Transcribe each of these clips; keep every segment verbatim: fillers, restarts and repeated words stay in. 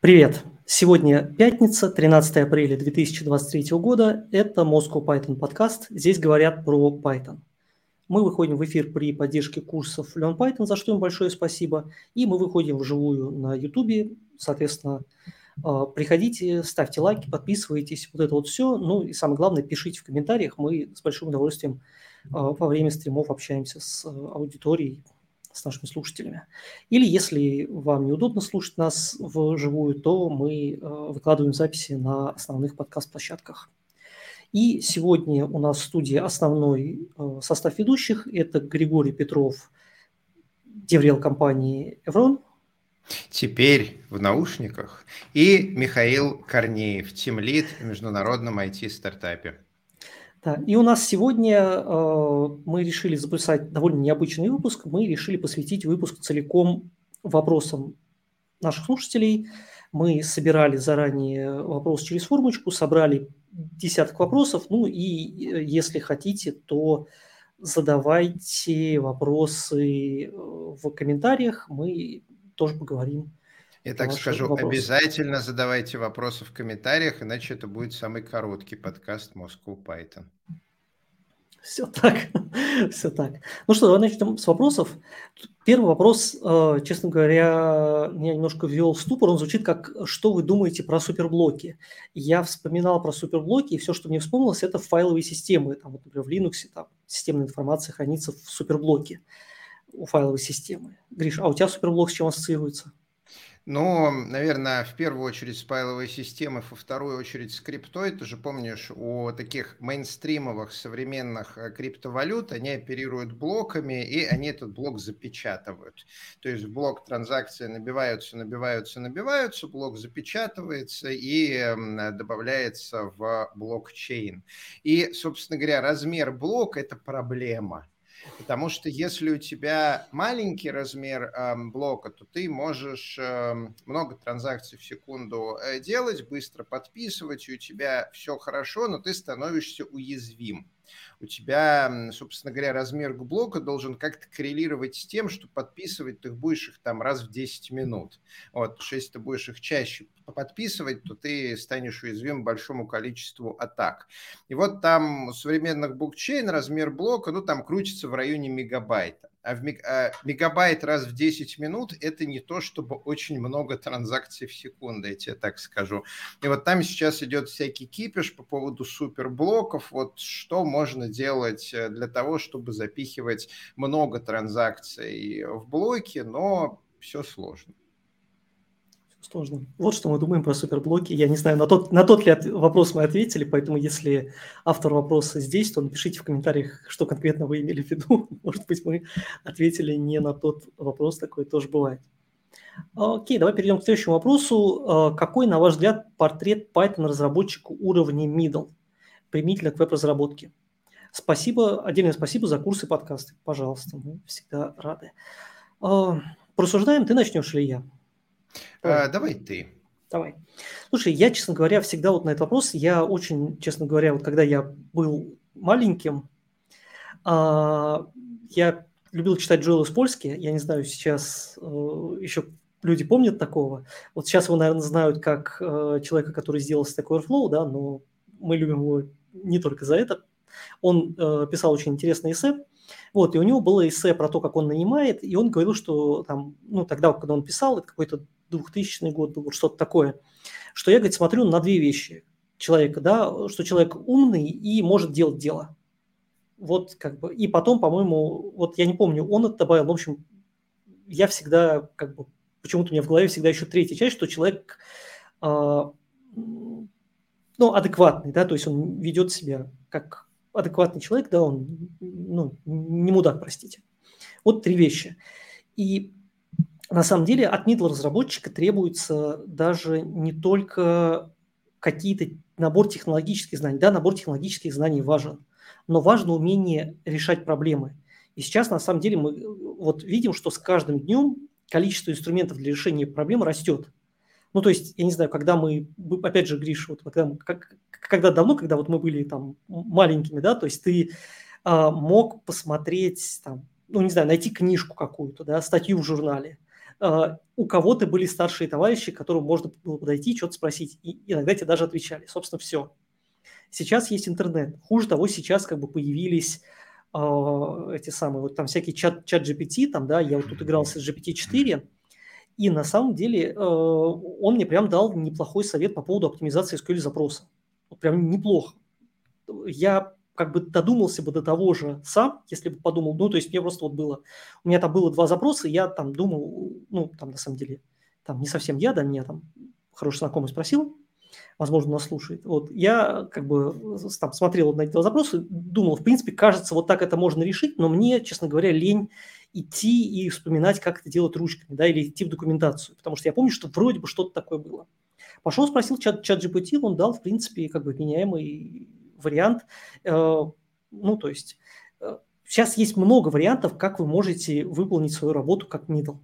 Привет! Сегодня пятница, тринадцатое апреля две тысячи двадцать третьего года. Это Moscow Python подкаст. Здесь говорят про Python. Мы выходим в эфир при поддержке курсов Learn Python, за что им большое спасибо. И мы выходим вживую на YouTube. Соответственно, приходите, ставьте лайки, подписывайтесь, вот это вот все. Ну и самое главное, пишите в комментариях. Мы с большим удовольствием во время стримов общаемся с аудиторией, с нашими слушателями. Или если вам неудобно слушать нас вживую, то мы выкладываем записи на основных подкаст-площадках. И сегодня у нас в студии основной состав ведущих. Это Григорий Петров, деврел компании Evron. Теперь в наушниках. И Михаил Корнеев, тимлид в международном ай ти-стартапе. Да, и у нас сегодня э, мы решили записать довольно необычный выпуск. Мы решили посвятить выпуск целиком вопросам наших слушателей. Мы собирали заранее вопрос через формочку, собрали десяток вопросов. Ну и если хотите, то задавайте вопросы в комментариях. Мы тоже поговорим. Я так скажу, вопросы. Обязательно задавайте вопросы в комментариях, иначе это будет самый короткий подкаст Moscow Python. Все так, все так. Ну что, давай начнем с вопросов. Первый вопрос, честно говоря, меня немножко ввел в ступор. Он звучит как: что вы думаете про суперблоки? Я вспоминал про суперблоки, и все, что мне вспомнилось, это файловые системы. Там, вот, например, в Linux там, системная информация хранится в суперблоке у файловой системы. Гриш, а у тебя суперблок с чем ассоциируется? Ну, наверное, в первую очередь с файловой системой, во вторую очередь с криптой. Ты же помнишь, у таких мейнстримовых современных криптовалют они оперируют блоками, и они этот блок запечатывают. То есть в блок транзакции набиваются, набиваются, набиваются, блок запечатывается и добавляется в блокчейн. И, собственно говоря, размер блока – это проблема. Потому что если у тебя маленький размер э, блока, то ты можешь э, много транзакций в секунду э, делать, быстро подписывать, и у тебя все хорошо, но ты становишься уязвим. У тебя, собственно говоря, размер блока должен как-то коррелировать с тем, что подписывать ты будешь их там раз в десять минут. Вот, потому что если ты будешь их чаще подписывать, то ты станешь уязвим большому количеству атак. И вот там у современных блокчейн размер блока, ну, там крутится в районе мегабайта. А, в мег... а мегабайт раз в десять минут – это не то, чтобы очень много транзакций в секунду, я тебе так скажу. И вот там сейчас идет всякий кипиш по поводу суперблоков. Вот что можно делать для того, чтобы запихивать много транзакций в блоки, но все сложно. Сложно. Вот что мы думаем про суперблоки. Я не знаю, на тот, на тот ли от, вопрос мы ответили, поэтому если автор вопроса здесь, то напишите в комментариях, что конкретно вы имели в виду. Может быть, мы ответили не на тот вопрос, такое тоже бывает. Окей, давай перейдем к следующему вопросу. Какой, на ваш взгляд, портрет Python-разработчика уровня middle, применительно к веб-разработке? Спасибо, отдельное спасибо за курсы и подкасты. Пожалуйста, мы всегда рады. Просуждаем, ты начнешь или я? Давай. А, давай ты. Давай. Слушай, я, честно говоря, всегда вот на этот вопрос, я очень, честно говоря, вот когда я был маленьким, а, я любил читать Джоэла Спольски. Я не знаю, сейчас а, еще люди помнят такого. Вот сейчас его, наверное, знают как а, человека, который сделал Stack Overflow, да, но мы любим его не только за это. Он а, писал очень интересные эссе. Вот, и у него было эссе про то, как он нанимает, и он говорил, что там, ну, тогда, когда он писал, это какой-то двухтысячный год был, что-то такое, что я, говорит, смотрю на две вещи человека, да, что человек умный и может делать дело. Вот как бы, и потом, по-моему, вот я не помню, он это добавил, в общем, я всегда, как бы, почему-то у меня в голове всегда еще третья часть, что человек, э, ну, адекватный, да, то есть он ведет себя как адекватный человек, да, он, ну, не мудак, простите. Вот три вещи. И на самом деле от middle разработчика требуется даже не только какие-то набор технологических знаний. Да, набор технологических знаний важен, но важно умение решать проблемы. И сейчас на самом деле мы вот видим, что с каждым днем количество инструментов для решения проблем растет. Ну, то есть, я не знаю, когда мы, опять же, Гриш, вот когда, мы, как, когда давно, когда вот мы были там маленькими, да, то есть ты а, мог посмотреть, там, ну, не знаю, найти книжку какую-то, да, статью в журнале, у кого-то были старшие товарищи, к которым можно было подойти, что-то спросить, и иногда тебе даже отвечали. Собственно, все. Сейчас есть интернет. Хуже того, сейчас как бы появились э, эти самые, вот там всякие чат, чат джи пи ти, там, да, я вот тут игрался с джи пи ти четыре, и на самом деле э, он мне прям дал неплохой совет по поводу оптимизации эс кью эль-запроса. Вот прям неплохо. Я как бы додумался бы до того же сам, если бы подумал, ну, то есть мне просто вот было, у меня там было два запроса, я там думал, ну, там на самом деле, там не совсем я, да, меня там хороший знакомый спросил, возможно, нас слушает. Вот я как бы там смотрел на эти два запроса, думал, в принципе, кажется, вот так это можно решить, но мне, честно говоря, лень идти и вспоминать, как это делать ручками, да, или идти в документацию, потому что я помню, что вроде бы что-то такое было. Пошел, спросил чат, чат джи пи ти, он дал, в принципе, как бы вменяемый вариант. Э, ну, то есть э, сейчас есть много вариантов, как вы можете выполнить свою работу как middle.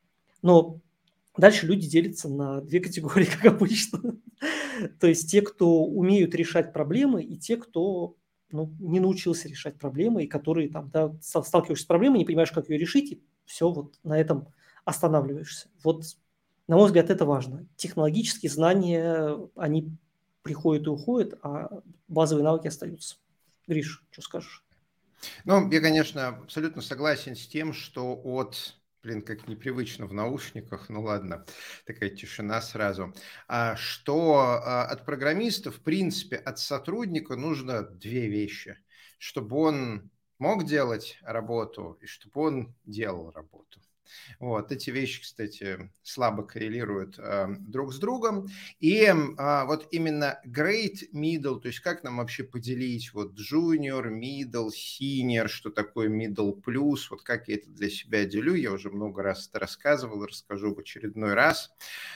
Но дальше люди делятся на две категории, как обычно. То есть те, кто умеют решать проблемы, и те, кто ну, не научился решать проблемы, и которые там, да, сталкиваешься с проблемой, не понимаешь, как ее решить, и все, вот на этом останавливаешься. Вот, на мой взгляд, это важно. Технологические знания, они приходят и уходят, а базовые навыки остаются. Гриш, что скажешь? Ну, я, конечно, абсолютно согласен с тем, что от, блин, как непривычно в наушниках, ну ладно, такая тишина сразу, а, что а, от программиста, в принципе, от сотрудника нужно две вещи. Чтобы он мог делать работу и чтобы он делал работу. Вот, эти вещи, кстати, слабо коррелируют э, друг с другом. И э, вот именно great, middle, то есть как нам вообще поделить вот junior, middle, senior, что такое middle plus, вот как я это для себя делю, я уже много раз это рассказывал, расскажу в очередной раз.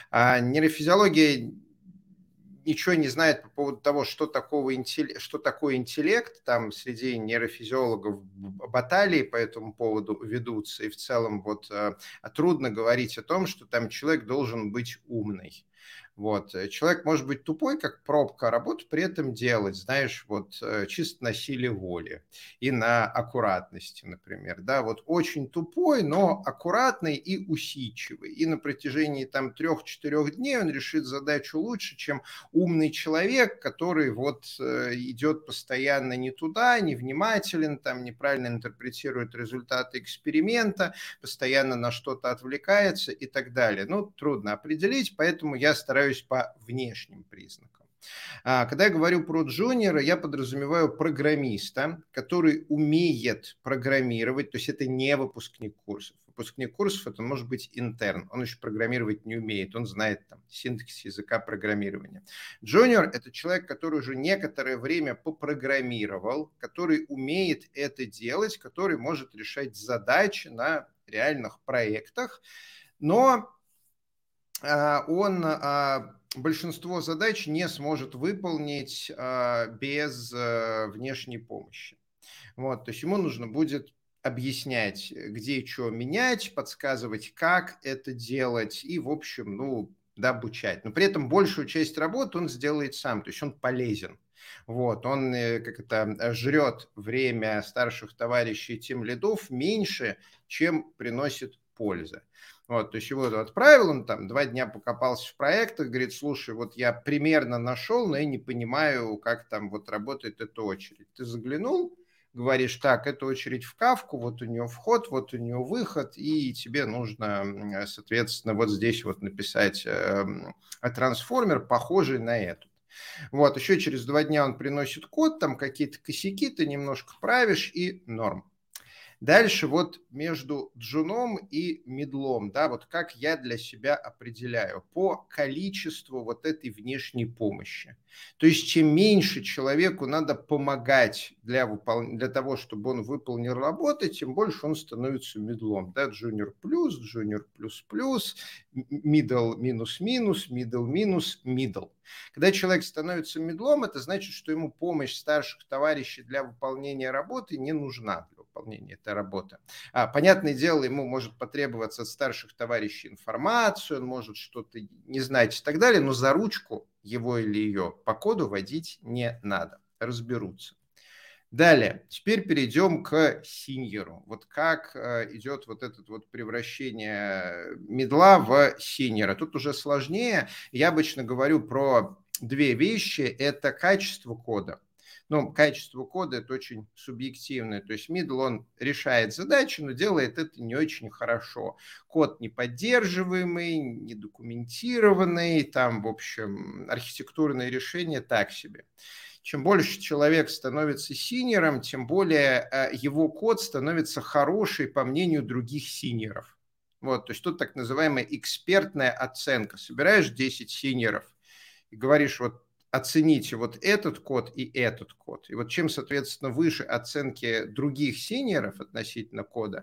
А нейрофизиология ничего не знает по поводу того, что, такого, что такое интеллект. Там среди нейрофизиологов баталии по этому поводу ведутся. И в целом вот трудно говорить о том, что там человек должен быть умный. Вот. Человек может быть тупой, как пробка, а работу при этом делать, знаешь, вот чисто на силе воли и на аккуратности, например. Да, вот очень тупой, но аккуратный и усидчивый. И на протяжении там трех-четырех дней он решит задачу лучше, чем умный человек, который вот идет постоянно не туда, невнимателен, там неправильно интерпретирует результаты эксперимента, постоянно на что-то отвлекается и так далее. Ну, трудно определить, поэтому я стараюсь по внешним признакам. Когда я говорю про джуниора, я подразумеваю программиста, который умеет программировать, то есть это не выпускник курсов. Выпускник курсов это может быть интерн, он еще программировать не умеет, он знает там синтаксис языка программирования. Джуниор это человек, который уже некоторое время попрограммировал, который умеет это делать, который может решать задачи на реальных проектах, но он большинство задач не сможет выполнить без внешней помощи. Вот, то есть ему нужно будет объяснять, где и что менять, подсказывать, как это делать и, в общем, ну, да, обучать. Но при этом большую часть работы он сделает сам, то есть он полезен. Вот, он как это жрет время старших товарищей тимлидов меньше, чем приносит пользы. Вот, то есть его отправил, он там два дня покопался в проектах, говорит, слушай, вот я примерно нашел, но я не понимаю, как там вот работает эта очередь. Ты заглянул, говоришь, так, эта очередь в Кафку, вот у нее вход, вот у нее выход, и тебе нужно, соответственно, вот здесь вот написать э, трансформер, похожий на этот. Вот, еще через два дня он приносит код, там какие-то косяки, ты немножко правишь, и норм. Дальше вот между джуном и мидлом, да, вот как я для себя определяю по количеству вот этой внешней помощи. То есть чем меньше человеку надо помогать для, выпол... для того, чтобы он выполнил работу, тем больше он становится мидлом, да, junior плюс, junior плюс плюс, middle минус минус, middle минус, middle. Когда человек становится мидлом, это значит, что ему помощь старших товарищей для выполнения работы не нужна для выполнения этой работы. А, понятное дело, ему может потребоваться от старших товарищей информацию, он может что-то не знать и так далее, но за ручку его или ее по коду водить не надо, разберутся. Далее, теперь перейдем к синьору. Вот как э, идет вот это вот превращение мидла в синьора. Тут уже сложнее. Я обычно говорю про две вещи. Это качество кода. Ну, качество кода – это очень субъективное. То есть мидл, он решает задачи, но делает это не очень хорошо. Код неподдерживаемый, недокументированный, там, в общем, архитектурные решения так себе. Чем больше человек становится синьором, тем более э, его код становится хороший по мнению других синьоров. Вот, то есть тут так называемая экспертная оценка. Собираешь десять синьоров и говоришь, вот оцените вот этот код и этот код. И вот чем, соответственно, выше оценки других синьоров относительно кода,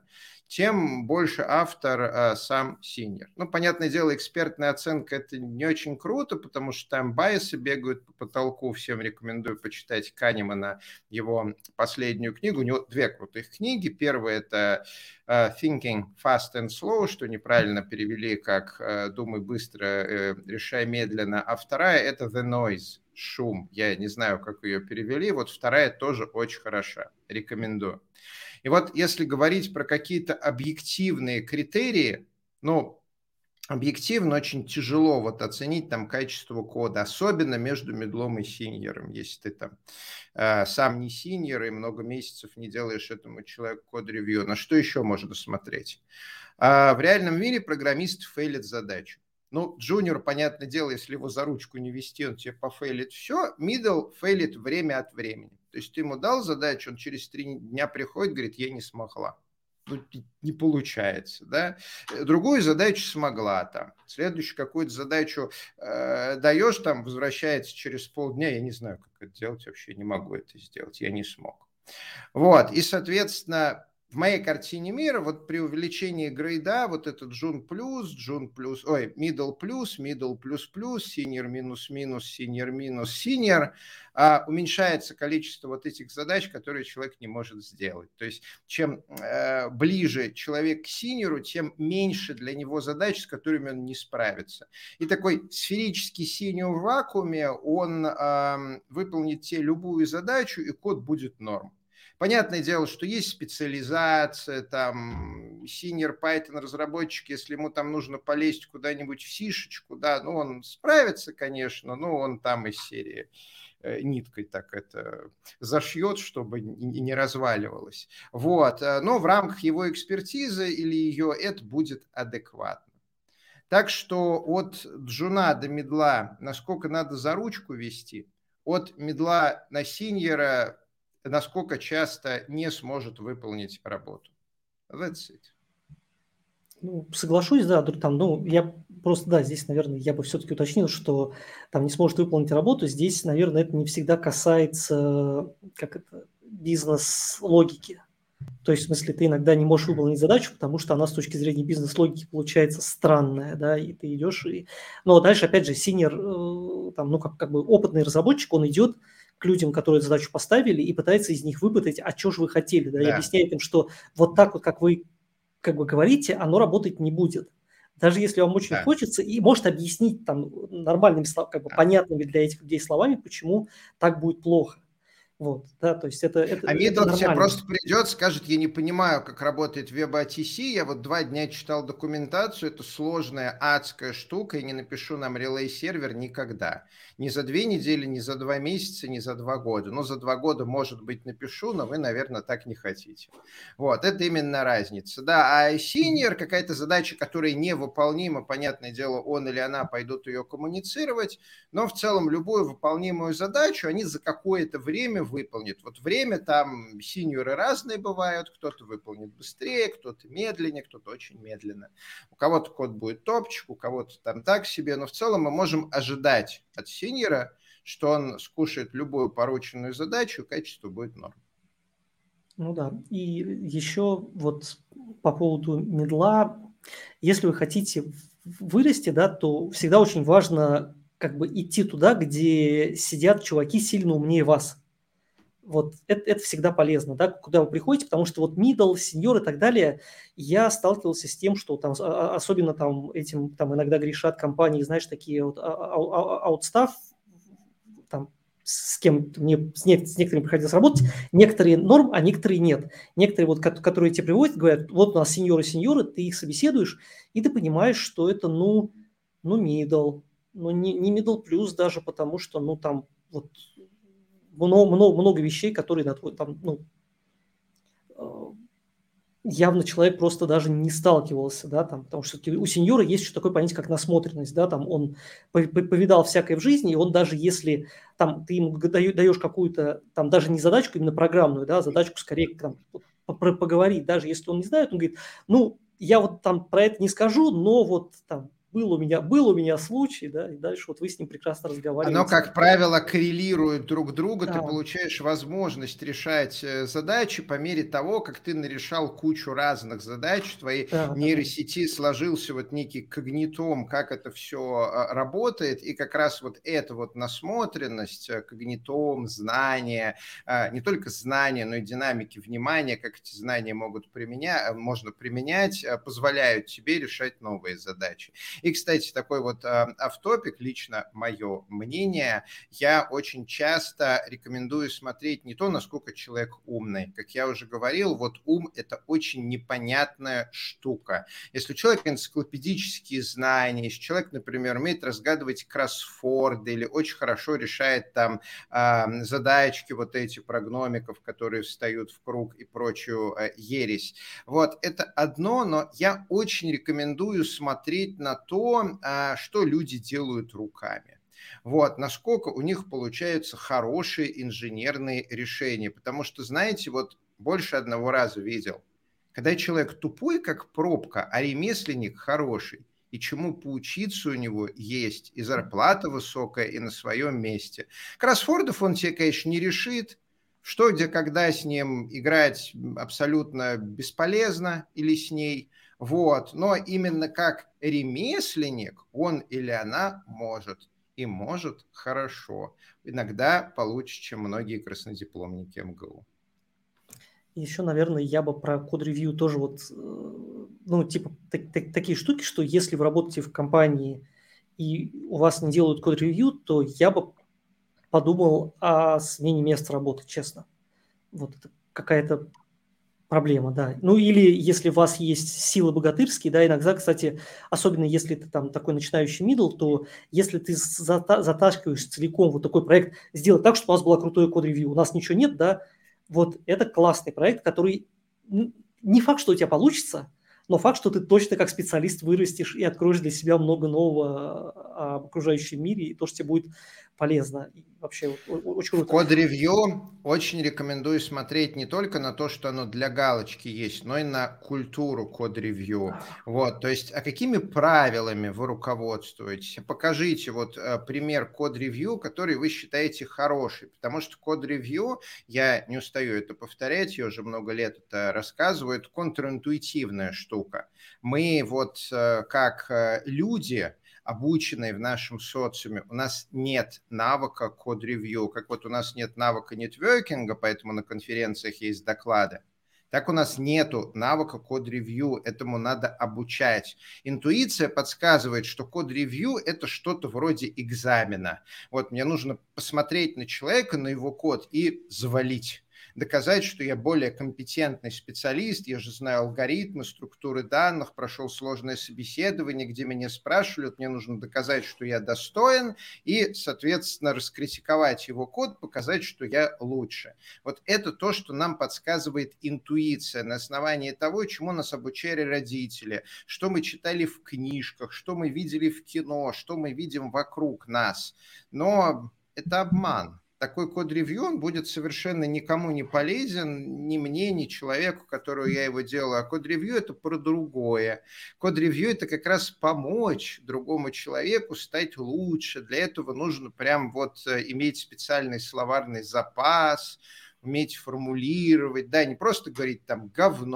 тем больше автор а, сам синьор. Ну, понятное дело, экспертная оценка – это не очень круто, потому что там байсы бегают по потолку. Всем рекомендую почитать Канемана, его последнюю книгу. У него две крутых книги. Первая – это Thinking Fast and Slow, что неправильно перевели как «Думай быстро, решай медленно», а вторая – это The Noise, шум. Я не знаю, как ее перевели. Вот вторая тоже очень хороша. Рекомендую. И вот если говорить про какие-то объективные критерии, ну, объективно очень тяжело вот оценить там качество кода, особенно между медлом и синьором, если ты там э, сам не синьор и много месяцев не делаешь этому человеку код-ревью. На что еще можно смотреть? А в реальном мире программист фейлит задачу. Ну, джуниор, понятное дело, если его за ручку не вести, он тебе пофейлит все. Middle фейлит время от времени. То есть ты ему дал задачу, он через три дня приходит, говорит, я не смогла. Ну, не получается, да. Другую задачу смогла там. Следующую какую-то задачу э, даешь, там, возвращается через полдня, я не знаю, как это делать, вообще не могу это сделать, я не смог. Вот, и, соответственно, в моей картине мира вот при увеличении грейда вот этот Джун плюс, Джун плюс, ой, middle плюс, middle плюс плюс, senior минус минус, senior минус senior, а, уменьшается количество вот этих задач, которые человек не может сделать. То есть чем э, ближе человек к синьору, тем меньше для него задач, с которыми он не справится. И такой сферический синьор в вакууме, он э, выполнит тебе любую задачу, и код будет норм. Понятное дело, что есть специализация, там, senior Python разработчик, если ему там нужно полезть куда-нибудь в сишечку, да, ну, он справится, конечно, но он там из серии э, ниткой так это зашьет, чтобы и не разваливалось. Вот, но в рамках его экспертизы или ее это будет адекватно. Так что от джуна до мидла, насколько надо за ручку вести, от мидла на синьора насколько часто не сможет выполнить работу. That's it. Ну, соглашусь, да, там, ну, я просто, да, здесь, наверное, я бы все-таки уточнил, что там не сможет выполнить работу. Здесь, наверное, это не всегда касается, как это, бизнес-логики. То есть, в смысле, ты иногда не можешь выполнить задачу, потому что она с точки зрения бизнес-логики получается странная, да, и ты идешь и... Но дальше, опять же, синьор, э, там, ну, как, как бы опытный разработчик, он идет к людям, которые эту задачу поставили, и пытается из них выпытать, а что же вы хотели, да, Да. и объясняет им, что вот так вот, как вы как бы говорите, оно работать не будет. Даже если вам очень Да. хочется, и может объяснить там нормальными, как бы Да. понятными для этих людей словами, почему так будет плохо. Вот, да, то есть это, это, а это middle тебе нормально. просто придет, скажет, я не понимаю, как работает WebATC, я вот два дня читал документацию, это сложная адская штука, и не напишу нам релей-сервер никогда. Ни за две недели, ни за два месяца, ни за два года. Ну, за два года, может быть, напишу, но вы, наверное, так не хотите. Вот, это именно разница. Да, а senior, какая-то задача, которая невыполнима, понятное дело, он или она пойдут ее коммуницировать, но в целом любую выполнимую задачу они за какое-то время выполнят. Вот время там синьоры разные бывают, кто-то выполнит быстрее, кто-то медленнее, кто-то очень медленно. У кого-то код будет топчик, у кого-то там так себе, но в целом мы можем ожидать от синьора, что он скушает любую порученную задачу, и качество будет норм. Ну да, и еще вот по поводу медла, если вы хотите вырасти, да, то всегда очень важно как бы идти туда, где сидят чуваки сильно умнее вас. Вот это, это всегда полезно, да, куда вы приходите, потому что вот middle, senior и так далее, я сталкивался с тем, что там, особенно там этим, там иногда грешат компании, знаешь, такие вот outstaff, там с кем мне с, не, с некоторыми приходилось работать, некоторые норм, а некоторые нет. Некоторые, вот, которые тебе приводят, говорят, вот у нас сеньоры-сеньоры, ты их собеседуешь, и ты понимаешь, что это, ну, ну, middle, ну, не, не middle плюс даже, потому что, ну, там, вот, много, много, много вещей, которые, на твой, там, ну, явно человек просто даже не сталкивался, да, там, потому что у сеньора есть еще такое понятие, как насмотренность, да, там он повидал всякое в жизни, и он даже если там ты ему даешь какую-то, там, даже не задачку именно программную, да, задачку скорее там поговорить, даже если он не знает, он говорит, ну, я вот там про это не скажу, но вот там был у меня, был у меня случай, да, и дальше вот вы с ним прекрасно разговариваете. Оно, как правило, коррелирует друг друга, Да. ты получаешь возможность решать задачи по мере того, как ты нарешал кучу разных задач, в твоей Да, нейросети да. сложился вот некий когнитом, как это все работает, и как раз вот эта вот насмотренность, когнитом, знания, не только знания, но и динамики внимания, как эти знания могут применять, можно применять, позволяют тебе решать новые задачи. И, кстати, такой вот офф-топик, лично мое мнение, я очень часто рекомендую смотреть не то, насколько человек умный. Как я уже говорил, вот ум – это очень непонятная штука. Если у человека энциклопедические знания, если человек, например, умеет разгадывать кроссфорды или очень хорошо решает там э, задачки вот эти прогномиков, которые встают в круг и прочую э, ересь. Вот, это одно, но я очень рекомендую смотреть на то, что люди делают руками. Вот, насколько у них получаются хорошие инженерные решения. Потому что, знаете, вот больше одного раза видел, когда человек тупой, как пробка, а ремесленник хороший, и чему поучиться у него есть, и зарплата высокая, и на своем месте. Кроссфордов он тебе, конечно, не решит, что, где, когда с ним играть абсолютно бесполезно или с ней. Вот. Но именно как ремесленник он или она может. И может хорошо. Иногда получше, чем многие краснодипломники эм гэ у. Еще, наверное, я бы про код-ревью тоже вот, ну, типа, так, так, такие штуки, что если вы работаете в компании и у вас не делают код-ревью, то я бы подумал о смене места работы, честно. Вот это какая-то проблема, да. Ну, или если у вас есть силы богатырские, да, иногда, кстати, особенно если ты там такой начинающий мидл, то если ты зата- затаскиваешь целиком вот такой проект, сделать так, чтобы у нас было крутое код-ревью, у нас ничего нет, да, вот это классный проект, который не факт, что у тебя получится, но факт, что ты точно как специалист вырастешь и откроешь для себя много нового об окружающем мире, и то, что тебе будет полезно. И вообще очень В круто. код-ревью очень рекомендую смотреть не только на то, что оно для галочки есть, но и на культуру код-ревью. Вот, то есть, а какими правилами вы руководствуетесь? Покажите вот э, пример код-ревью, который вы считаете хороший, потому что код-ревью, я не устаю это повторять, я уже много лет это рассказываю, это контринтуитивная штука. Мы вот э, как э, люди, обученные в нашем социуме, у нас нет навыка код-ревью, как вот у нас нет навыка нетворкинга, поэтому на конференциях есть доклады, так у нас нету навыка код-ревью, этому надо обучать. Интуиция подсказывает, что код-ревью – это что-то вроде экзамена. Вот мне нужно посмотреть на человека, на его код и завалить. Доказать, что я более компетентный специалист, я же знаю алгоритмы, структуры данных, прошел сложное собеседование, где меня спрашивали, вот мне нужно доказать, что я достоин, и, соответственно, раскритиковать его код, показать, что я лучше. Вот это то, что нам подсказывает интуиция на основании того, чему нас обучали родители, что мы читали в книжках, что мы видели в кино, что мы видим вокруг нас. Но это обман. Такой код-ревью, он будет совершенно никому не полезен, ни мне, ни человеку, которому я его делаю. А код-ревью – это про другое. Код-ревью – это как раз помочь другому человеку стать лучше. Для этого нужно прям вот иметь специальный словарный запас, уметь формулировать, да, не просто говорить там говно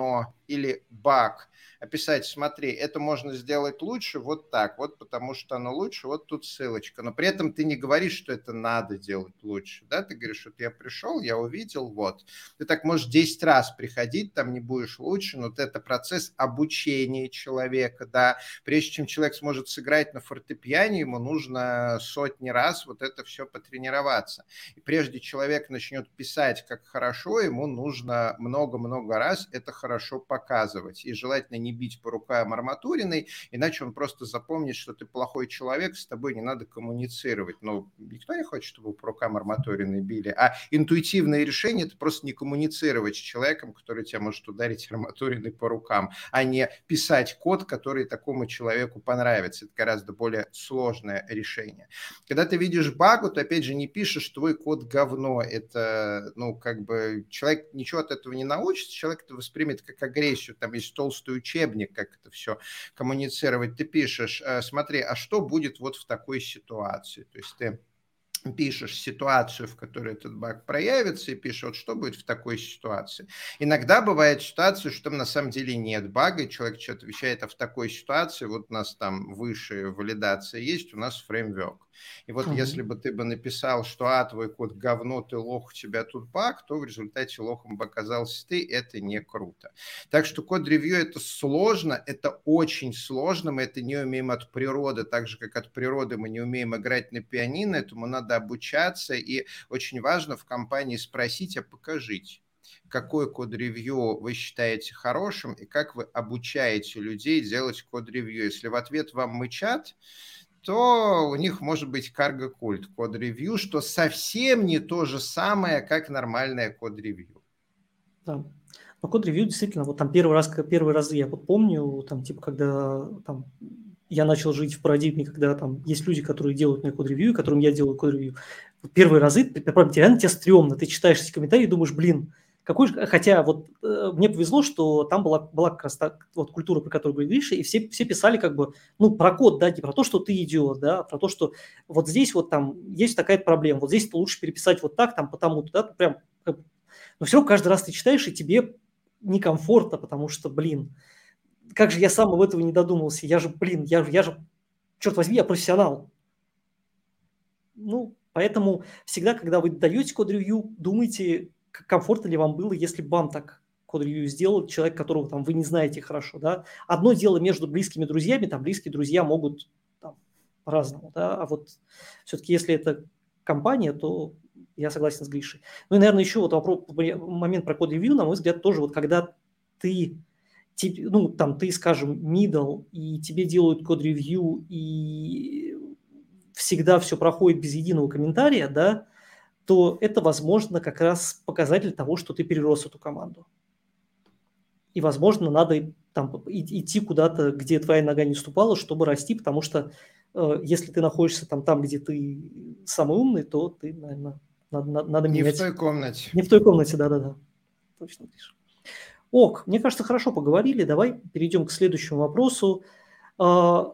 или баг, описать, смотри, это можно сделать лучше вот так, вот потому что оно лучше, вот тут ссылочка. Но при этом ты не говоришь, что это надо делать лучше, да, ты говоришь, вот я пришел, я увидел, вот. Ты так можешь десять раз приходить, там не будешь лучше, но вот это процесс обучения человека, да. Прежде чем человек сможет сыграть на фортепиано, ему нужно сотни раз вот это все потренироваться. И прежде человек начнет писать как хорошо, ему нужно много-много раз это хорошо показывать. И желательно не бить по рукам арматуриной, иначе он просто запомнит, что ты плохой человек, с тобой не надо коммуницировать. Ну, никто не хочет, чтобы по рукам арматуриной били. А интуитивное решение – это просто не коммуницировать с человеком, который тебя может ударить арматуриной по рукам, а не писать код, который такому человеку понравится. Это гораздо более сложное решение. Когда ты видишь багу, то, опять же, не пишешь, твой код говно. Это, ну, как бы, человек ничего от этого не научится, человек это воспримет как агрессию. Там есть толстый учебник, как это все коммуницировать. Ты пишешь, смотри, а что будет вот в такой ситуации? То есть ты пишешь ситуацию, в которой этот баг проявится, и пишешь, вот что будет в такой ситуации. Иногда бывает ситуация, что там на самом деле нет бага, и человек что-то отвечает, а в такой ситуации, вот у нас там высшая валидация есть, у нас фреймворк. И вот uh-huh. если бы ты бы написал, что а, твой код говно, ты лох, у тебя тут баг, то в результате лохом бы оказался ты, это не круто. Так что код-ревью это сложно, это очень сложно, мы это не умеем от природы, так же, как от природы мы не умеем играть на пианино, этому надо обучаться, и очень важно в компании спросить, а покажите, какой код-ревью вы считаете хорошим и как вы обучаете людей делать код-ревью. Если в ответ вам мычат, то у них может быть карго-культ код-ревью, что совсем не то же самое, как нормальное код-ревью. Да. Но код-ревью действительно, вот там первый раз, первый раз я вот помню, там типа когда там я начал жить в парадигме, когда там есть люди, которые делают мне код-ревью, которым я делаю код-ревью. Вот первые разы, правда, реально тебе стрёмно, ты читаешь эти комментарии и думаешь, блин, какой же... Хотя вот э, мне повезло, что там была, была как раз так, вот культура, про которую говорит Гриша, и все, все писали как бы, ну, про код, да, не про то, что ты идиот, да, а про то, что вот здесь вот там есть такая проблема, вот здесь лучше переписать вот так, там, потому-то, да, прям... Но все равно каждый раз ты читаешь, и тебе некомфортно, потому что, блин, как же я сам об этого не додумался? Я же, блин, я, я же, черт возьми, я профессионал. Ну, поэтому всегда, когда вы даете код-ревью, думайте, комфортно ли вам было, если бы вам так код-ревью сделал человек, которого там вы не знаете хорошо, да. Одно дело между близкими друзьями, там близкие друзья могут там, по-разному, да, а вот все-таки если это компания, то я согласен с Гришей. Ну и, наверное, еще вот вопрос, момент про код-ревью, на мой взгляд, тоже вот когда ты ну, там, ты, скажем, middle, и тебе делают код-ревью, и всегда все проходит без единого комментария, да, то это, возможно, как раз показатель того, что ты перерос эту команду. И, возможно, надо там идти куда-то, где твоя нога не ступала, чтобы расти, потому что э, если ты находишься там, там, где ты самый умный, то ты, наверное, надо, надо не менять. Не в той комнате. Не в той комнате, да-да-да. Точно, Гриша. Ок, мне кажется, хорошо поговорили. Давай перейдем к следующему вопросу. Fast,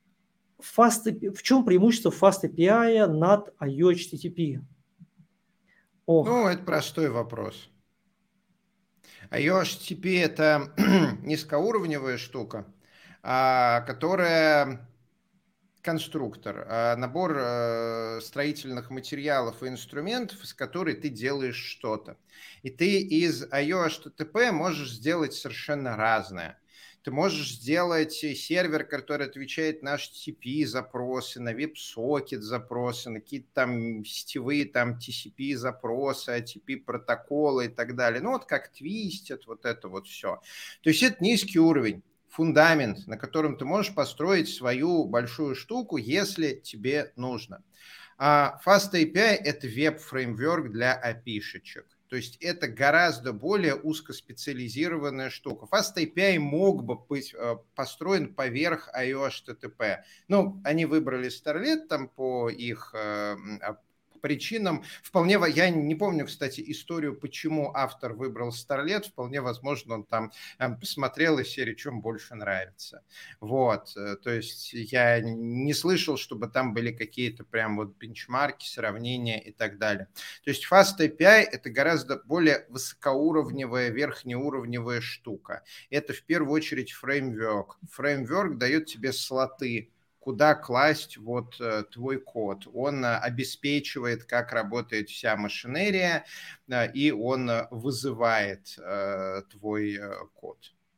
в чем преимущество Fast эй пи ай над ай о эйч ти ти пи? Ох. Ну, это простой вопрос. ай о эйч ти ти пи – это низкоуровневая штука, которая конструктор, набор строительных материалов и инструментов, из которых ты делаешь что-то. И ты из ай о эйч ти ти пи можешь сделать совершенно разное. Ты можешь сделать сервер, который отвечает на эйч ти ти пи запросы, на веб-сокет запросы, на какие-то там сетевые там ти си пи запросы, эй ти пи протоколы и так далее. Ну вот как Twisted, вот это вот все. То есть это низкий уровень. Фундамент, на котором ты можешь построить свою большую штуку, если тебе нужно. А Fast эй пи ай – это веб-фреймворк для эй пи ай-шечек. То есть это гораздо более узкоспециализированная штука. Fast эй пи ай мог бы быть построен поверх ай о эйч ти ти пи. Ну, они выбрали Starlet там по их причинам. Вполне, я не помню, кстати, историю, почему автор выбрал Starlet. Вполне возможно, он там посмотрел из серии, чем больше нравится. Вот, то есть я не слышал, чтобы там были какие-то прям вот бенчмарки, сравнения и так далее. То есть Fast эй пи ай – это гораздо более высокоуровневая, верхнеуровневая штука. Это в первую очередь фреймворк. Фреймворк дает тебе слоты, куда класть вот э, твой код. Он э, обеспечивает, как работает вся машинерия, э, и он э, вызывает э, твой э, код.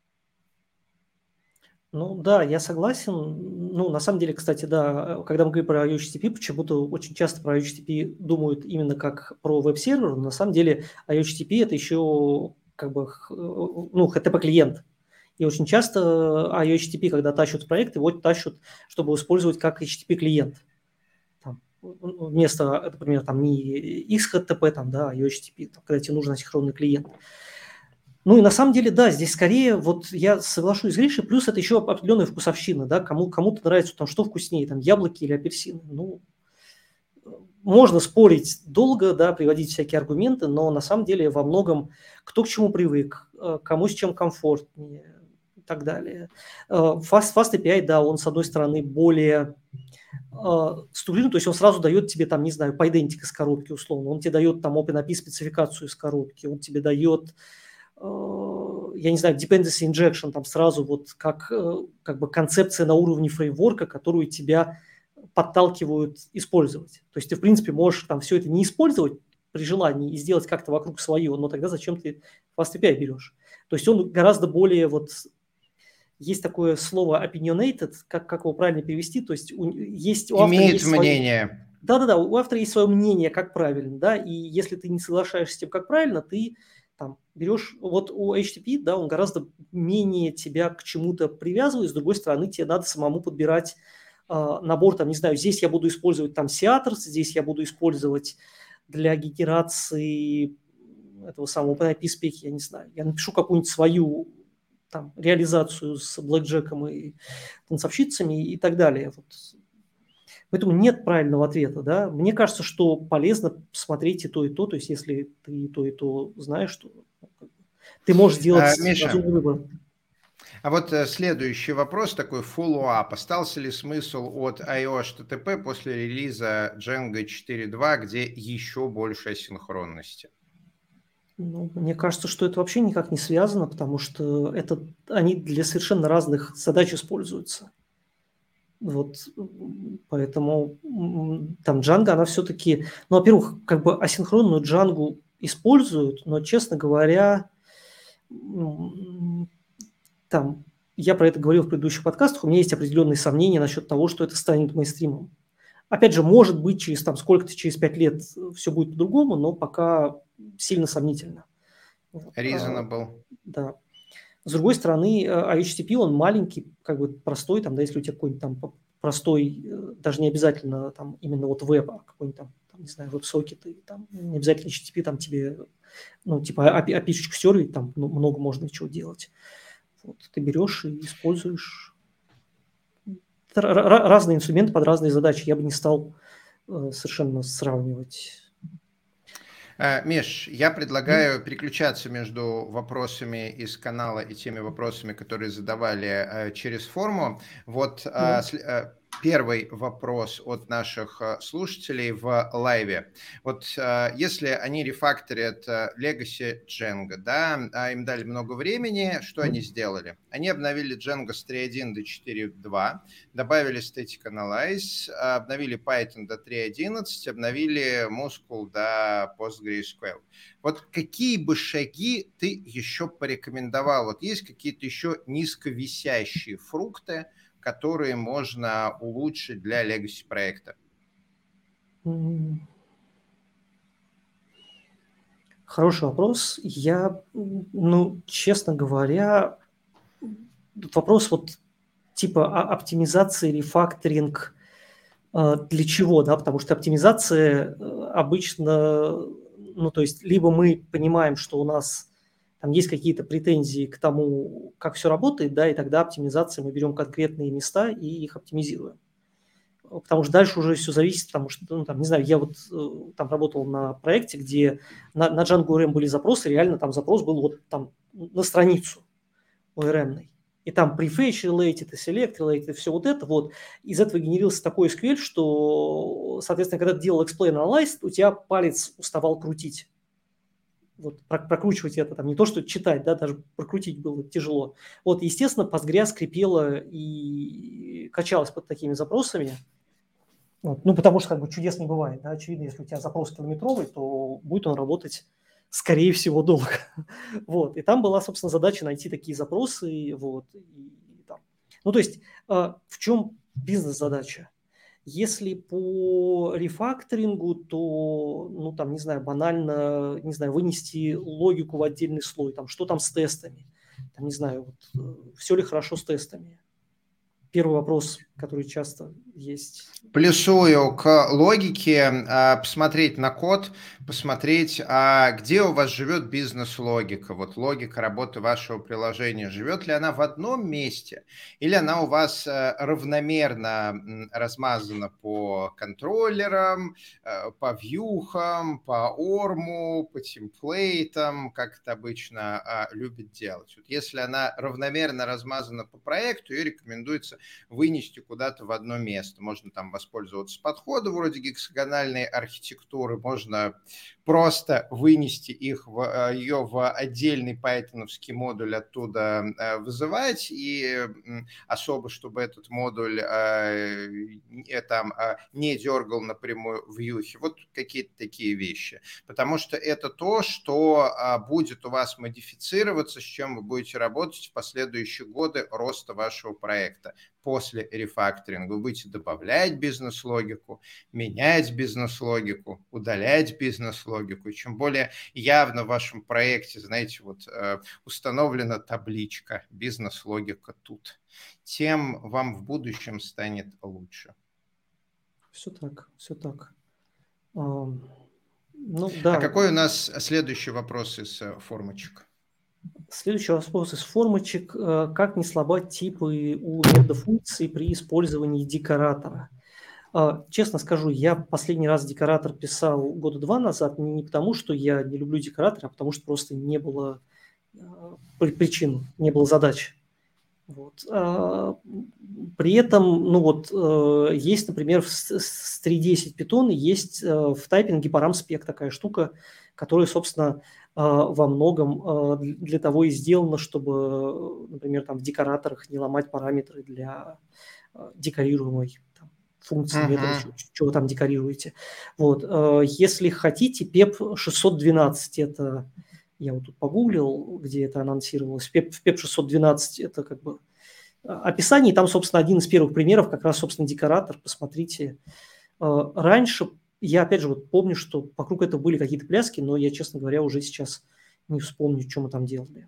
Ну да, я согласен. Ну, на самом деле, кстати, да, когда мы говорим про ай о эйч ти пи, почему-то очень часто про ай о эйч ти пи думают именно как про веб-сервер. На самом деле ай о эйч ти пи – это еще как бы, ну, эйч ти ти пи-клиент. И очень часто ай о эйч ти пи, когда тащат проект, его тащат, чтобы использовать как эйч ти ти пи-клиент. Там, вместо, например, там не икс эйч ти ти пи, там, да, ай о эйч ти пи, там, когда тебе нужен асинхронный клиент. Ну и на самом деле, да, здесь скорее, вот я соглашусь с Гришей, плюс это еще определенная вкусовщина, да, кому, кому-то нравится, там, что вкуснее, там, яблоки или апельсины. Ну, можно спорить долго, да, приводить всякие аргументы, но на самом деле во многом кто к чему привык, кому с чем комфортнее и так далее. Fast, Fast эй пи ай, да, он, с одной стороны, более структурирован, то есть он сразу дает тебе, там, не знаю, PyDentic из коробки, условно, он тебе дает там OpenAPI спецификацию из коробки, он тебе дает, я не знаю, dependency injection, там сразу вот как, как бы концепция на уровне фреймворка, которую тебя подталкивают использовать. То есть ты, в принципе, можешь там все это не использовать при желании и сделать как-то вокруг свое, но тогда зачем ты Fast эй пи ай берешь? То есть он гораздо более вот... Есть такое слово opinionated, как, как его правильно перевести, то есть у, есть, у автора Имеет есть мнение. Свое... Да-да-да, у автора есть свое мнение, как правильно, да, и если ты не соглашаешься с тем, как правильно, ты там берешь, вот у эйч ти ти пи, да, он гораздо менее тебя к чему-то привязывает, с другой стороны, тебе надо самому подбирать э, набор, там, не знаю, здесь я буду использовать там Seattle, здесь я буду использовать для генерации этого самого OpenAPI спеки, я не знаю, я напишу какую-нибудь свою там реализацию с блэкджеком и танцовщицами и так далее. Вот. Поэтому нет правильного ответа, да. Мне кажется, что полезно смотреть и то, и то. То есть, если ты и то, и то знаешь, то ты можешь сделать а, Миша, разумный выбор. А вот следующий вопрос, такой follow-up. Остался ли смысл от ай о эйч ти ти пи после релиза Django четыре точка два, где еще больше асинхронности? Ну, мне кажется, что это вообще никак не связано, потому что это, они для совершенно разных задач используются. Вот, поэтому там Django, она все-таки, ну, во-первых, как бы асинхронную Django используют, но, честно говоря, там, я про это говорил в предыдущих подкастах, у меня есть определенные сомнения насчет того, что это станет мейнстримом. Опять же, может быть, через там сколько-то, через пять лет все будет по-другому, но пока сильно сомнительно. Reasonable. А, да. С другой стороны, ай эйч ти ти пи, он маленький, как бы простой, там, да, если у тебя какой-нибудь там простой, даже не обязательно там именно вот веб, а какой-нибудь там, там не знаю, веб-сокет, и там не обязательно эйч ти ти пи, там тебе, ну, типа эй пи ай-шечку сервить, там ну, много можно чего делать. Вот, ты берешь и используешь разные инструменты под разные задачи. Я бы не стал э, совершенно сравнивать. Миш, я предлагаю mm. переключаться между вопросами из канала и теми вопросами, которые задавали э, через форму. Вот mm. э, первый вопрос от наших слушателей в лайве. Вот э, если они рефакторят Legacy Django, да, а им дали много времени, что mm. они сделали? Они обновили Django с три точка один до четыре точка два, добавили Static Analyze, обновили Python до три точка одиннадцать, обновили Muscle до PostgreSQL. Вот какие бы шаги ты еще порекомендовал? Вот есть какие-то еще низковисящие фрукты, которые можно улучшить для Legacy проекта? Хороший вопрос. Я, ну, честно говоря, вопрос вот типа оптимизации, рефакторинг, для чего, да, потому что оптимизация обычно, ну, то есть либо мы понимаем, что у нас там есть какие-то претензии к тому, как все работает, да, и тогда оптимизация, мы берем конкретные места и их оптимизируем. потому что дальше уже все зависит, потому что, ну, там, не знаю, я вот там работал на проекте, где на, на Django о эр эм были запросы, реально там запрос был вот там на страницу о эр эм-ной. И там prefetch related, и select related, и все вот это вот. Из этого генерился такой эс кью эль, что, соответственно, когда ты делал explain analyze, у тебя палец уставал крутить. Вот, прокручивать это, там не то, что читать, да, даже прокрутить было тяжело. Вот, естественно, Postgres скрипела и качалась под такими запросами. Вот, ну, потому что как бы чудес не бывает, да, очевидно, если у тебя запрос километровый, то будет он работать, скорее всего, долго. Вот, и там была, собственно, задача найти такие запросы, вот, и, и там. Ну, то есть, э, в чем бизнес-задача? Если по рефакторингу, то, ну, там, не знаю, банально, не знаю, вынести логику в отдельный слой, там, что там с тестами, там, не знаю, вот, все ли хорошо с тестами. Первый вопрос, который часто есть. Плюсую к логике, посмотреть на код, посмотреть, а где у вас живет бизнес-логика, вот логика работы вашего приложения, живет ли она в одном месте, или она у вас равномерно размазана по контроллерам, по вьюхам, по орму, по темплейтам, как это обычно любят делать. Вот если она равномерно размазана по проекту, ее рекомендуется вынести куда-то в одно место. Можно там воспользоваться подходом вроде гексагональной архитектуры, можно просто вынести их в, ее в отдельный пайтоновский модуль, оттуда вызывать, и особо, чтобы этот модуль там не дергал напрямую в вьюхе. Вот какие-то такие вещи. Потому что это то, что будет у вас модифицироваться, с чем вы будете работать в последующие годы роста вашего проекта. После рефакторинга вы будете добавлять бизнес-логику, менять бизнес-логику, удалять бизнес-логику. И чем более явно в вашем проекте, знаете, вот установлена табличка «Бизнес-логика тут», тем вам в будущем станет лучше. Все так, все так. А, ну, да. А какой у нас следующий вопрос из формочек? Следующий вопрос из формочек. Как не слабать типы у метафункций при использовании декоратора? Честно скажу, я последний раз декоратор писал года два назад не потому, что я не люблю декоратор, а потому что просто не было причин, не было задач. Вот. При этом, ну вот, есть, например, в три точка десять Python есть в тайпинге param-spec такая штука, которая, собственно, во многом для того и сделана, чтобы, например, там в декораторах не ломать параметры для декорируемой там функции, метода, uh-huh. чего, чего вы там декорируете. Вот. Если хотите, пеп шестьсот двенадцать – это, я вот тут погуглил, где это анонсировалось, в пеп шестьсот двенадцать – это как бы описание, и там, собственно, один из первых примеров, как раз, собственно, декоратор, посмотрите. Раньше, я, опять же, вот помню, что вокруг этого были какие-то пляски, но я, честно говоря, уже сейчас не вспомню, что мы там делали.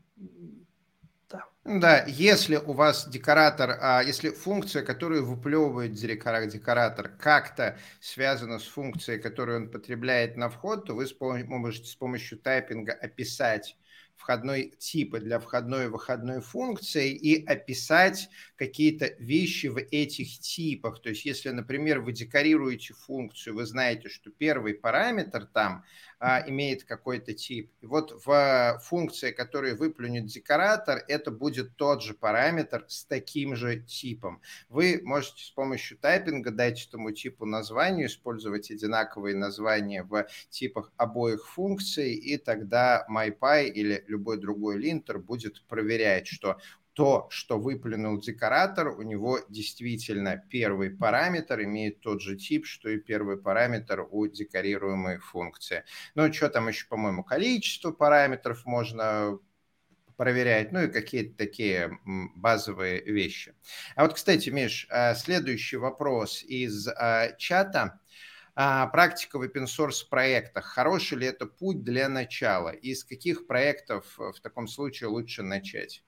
Да. Да, если у вас декоратор, а если функция, которую выплевывает декоратор, как-то связана с функцией, которую он потребляет на вход, то вы можете с помощью тайпинга описать входной типы для входной и выходной функции и описать какие-то вещи в этих типах. То есть, если, например, вы декорируете функцию, вы знаете, что первый параметр там а, имеет какой-то тип. И вот в функции, которую выплюнет декоратор, это будет тот же параметр с таким же типом. Вы можете с помощью тайпинга дать этому типу название, использовать одинаковые названия в типах обоих функций, и тогда MyPy или любой другой линтер будет проверять, что то, что выплюнул декоратор, у него действительно первый параметр имеет тот же тип, что и первый параметр у декорируемой функции. Ну, что там еще, по-моему, количество параметров можно проверять, ну и какие-то такие базовые вещи. А вот, кстати, Миш, следующий вопрос из чата. Практика в open-source проектах. Хороший ли это путь для начала? И с каких проектов в таком случае лучше начать?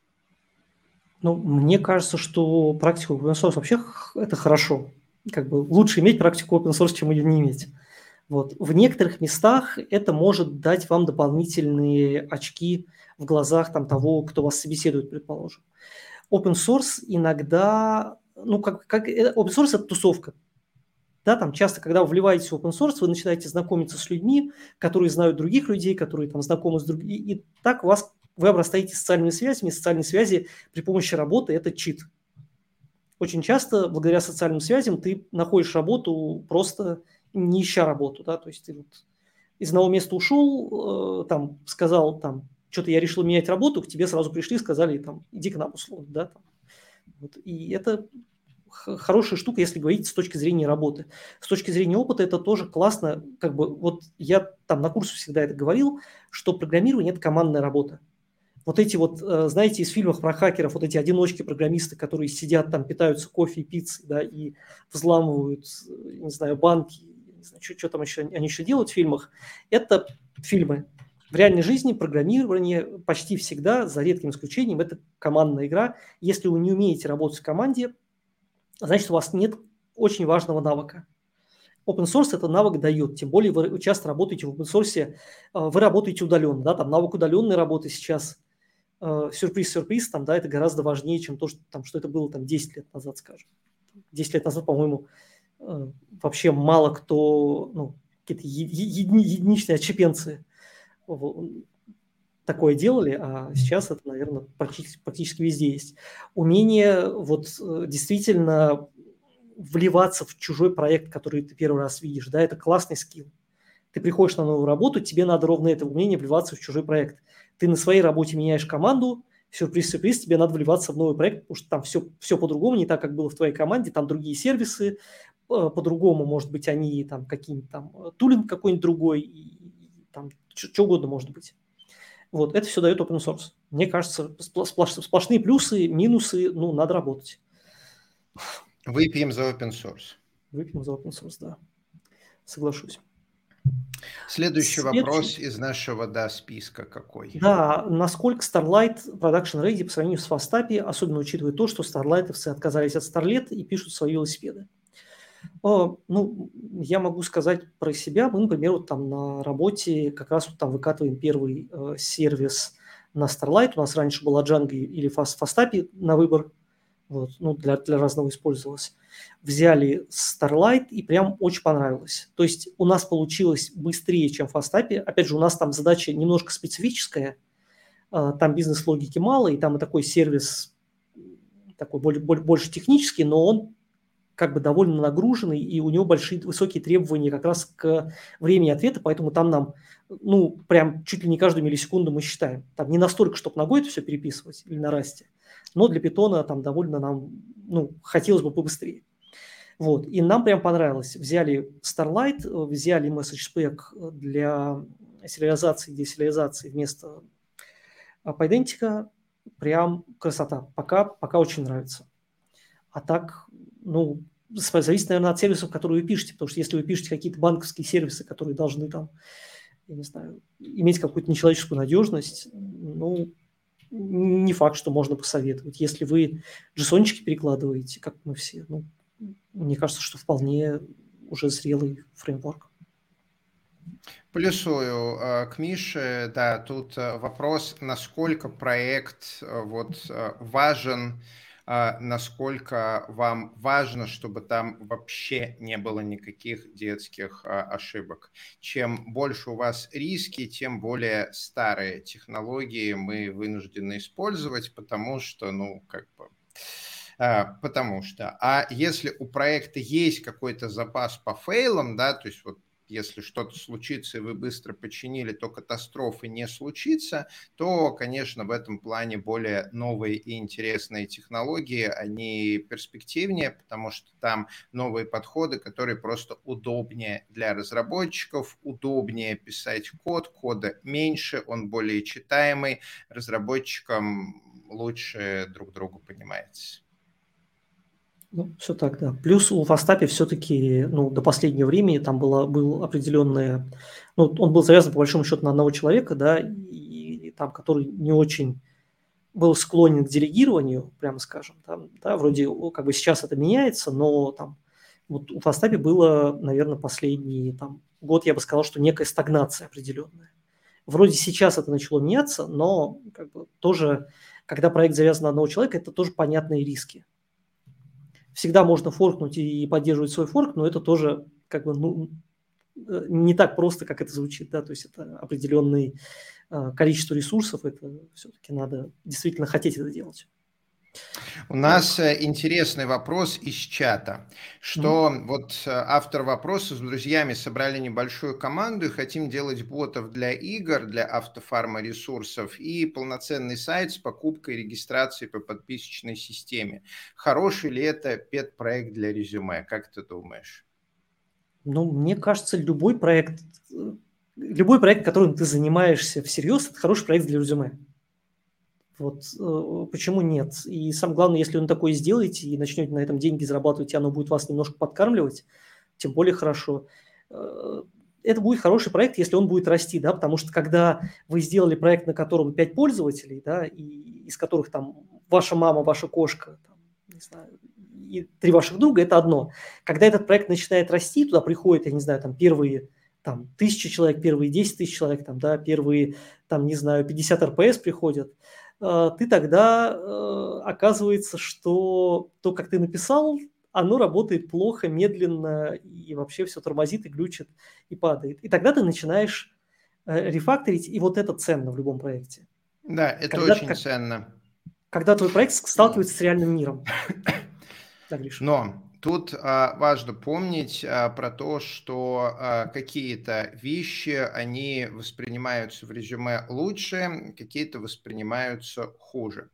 Ну, мне кажется, что практику open source вообще это хорошо. Как бы лучше иметь практику open source, чем ее не иметь. Вот. В некоторых местах это может дать вам дополнительные очки в глазах там, того, кто вас собеседует, предположим. Open source иногда, ну, как, как open source – это тусовка. Да, там часто, когда вы вливаетесь в open source, вы начинаете знакомиться с людьми, которые знают других людей, которые там знакомы с другими, и, и так у вас, вы обрастаете социальными связями, социальные связи при помощи работы – это чит. Очень часто, благодаря социальным связям, ты находишь работу просто не ища работу, да, то есть ты вот из одного места ушел, э, там, сказал, там, что-то я решил менять работу, к тебе сразу пришли, сказали, там, иди к нам, условно, да, там. Вот. И это х- хорошая штука, если говорить с точки зрения работы. С точки зрения опыта это тоже классно, как бы, вот я там на курсе всегда это говорил, что программирование – это командная работа. Вот эти вот, э, знаете, из фильмов про хакеров, вот эти одиночки-программисты, которые сидят там, питаются кофе и пиццей, да, и взламывают, э, не знаю, банки, не знаю, что, что там еще они еще делают в фильмах, это фильмы. В реальной жизни программирование почти всегда, за редким исключением, это командная игра. Если вы не умеете работать в команде, значит, у вас нет очень важного навыка. Open source этот навык дает, тем более вы часто работаете в open source, э, вы работаете удаленно, да, там навык удаленной работы сейчас – сюрприз-сюрприз, там, да, это гораздо важнее, чем то, что, там, что это было там, десять лет назад, скажем. десять лет назад, по-моему, э, вообще мало кто, ну, какие-то еди- единичные отщепенцы такое делали, а сейчас это, наверное, практически, практически везде есть. Умение вот э, действительно вливаться в чужой проект, который ты первый раз видишь, да, это классный скилл. Ты приходишь на новую работу, тебе надо ровно это умение вливаться в чужой проект. Ты на своей работе меняешь команду, сюрприз-сюрприз, тебе надо вливаться в новый проект, потому что там все, все по-другому, не так, как было в твоей команде, там другие сервисы, э, по-другому, может быть, они там какие-нибудь там, э, тулинг какой-нибудь другой, и, и там что угодно может быть. Вот, это все дает open source. Мне кажется, сплош, сплошные плюсы, минусы, ну, надо работать. Выпьем за open source. Выпьем за open source, да. Соглашусь. Следующий Следующий. вопрос из нашего, да, списка какой? Да, насколько Starlight Production Ready по сравнению с Фастапи, особенно учитывая то, что старлайтовцы отказались от Starlet и пишут свои велосипеды. О, ну, я могу сказать про себя. Мы, например, вот там на работе как раз вот там выкатываем первый э, сервис на Starlight. У нас раньше была Django или Фастапи на выбор. Вот, ну, для, для разного использовалось. Взяли Starlight и прям очень понравилось. То есть у нас получилось быстрее, чем в Фастапе. Опять же, у нас там задача немножко специфическая. Там бизнес-логики мало, и там и такой сервис такой более, более, больше технический, но он как бы довольно нагруженный, и у него большие, высокие требования как раз к времени ответа, поэтому там нам, ну, прям чуть ли не каждую миллисекунду мы считаем. Там не настолько, чтобы ногой это все переписывать или на расте, но для питона там довольно нам, ну, хотелось бы побыстрее. Вот, и нам прям понравилось. Взяли Starlight, взяли MessageSpec для сериализации и десериализации вместо Pydantic, прям красота. Пока, пока очень нравится. А так, ну, зависит, наверное, от сервисов, которые вы пишете, потому что если вы пишете какие-то банковские сервисы, которые должны там, я не знаю, иметь какую-то нечеловеческую надежность, ну, не факт, что можно посоветовать. Если вы джейсончики перекладываете, как мы все, ну, мне кажется, что вполне уже зрелый фреймворк. Плюсую к Мише, да, тут вопрос, насколько проект вот важен, насколько вам важно, чтобы там вообще не было никаких детских ошибок. Чем больше у вас риски, тем более старые технологии мы вынуждены использовать, потому что, ну, как бы... Потому что, а если у проекта есть какой-то запас по фейлам, да, то есть вот если что-то случится и вы быстро починили, то катастрофы не случится, то, конечно, в этом плане более новые и интересные технологии, они перспективнее, потому что там новые подходы, которые просто удобнее для разработчиков, удобнее писать код, кода меньше, он более читаемый, разработчикам лучше друг другу понимается. Ну, все так, да. Плюс у Фастапи все-таки, ну, до последнего времени там было, был определенное... Ну, он был завязан, по большому счету, на одного человека, да, и, и там, который не очень был склонен к делегированию, прямо скажем. Там, да, вроде как бы сейчас это меняется, но там вот у Фастапи было, наверное, последний там, год, я бы сказал, что некая стагнация определенная. Вроде сейчас это начало меняться, но как бы тоже, когда проект завязан на одного человека, это тоже понятные риски. всегда можно форкнуть и поддерживать свой форк, но это тоже как бы ну, не так просто, как это звучит, да, то есть это определенное количество ресурсов, это все-таки надо действительно хотеть это делать. У нас вот. Интересный вопрос из чата, что mm-hmm. вот автор вопроса с друзьями собрали небольшую команду и хотим делать ботов для игр, для автофарма-ресурсов и полноценный сайт с покупкой и регистрацией по подписочной системе. Хороший ли это пет-проект для резюме? Как ты думаешь? Ну, мне кажется, любой проект, любой проект, которым ты занимаешься всерьез, это хороший проект для резюме. Вот э, почему нет? И самое главное, если он такой сделаете и начнете на этом деньги зарабатывать, и оно будет вас немножко подкармливать, тем более хорошо. Э, это будет хороший проект, если он будет расти, да, потому что когда вы сделали проект, на котором пять пользователей, да, и из которых там ваша мама, ваша кошка, там, не знаю, и три ваших друга, это одно. Когда этот проект начинает расти, туда приходят, я не знаю, там первые там, тысячи человек, первые десять тысяч человек, там, да, первые, там, не знаю, пятьдесят эр пи эс приходят, ты тогда э, оказывается, что то, как ты написал, оно работает плохо, медленно, и вообще все тормозит, и глючит, и падает. И тогда ты начинаешь э, рефакторить, и вот это ценно в любом проекте. Да, это когда, очень как, ценно. Когда твой проект сталкивается с реальным миром. Да, Гриша. Но тут а, важно помнить а, про то, что а, какие-то вещи, они воспринимаются в резюме лучше, какие-то воспринимаются хуже.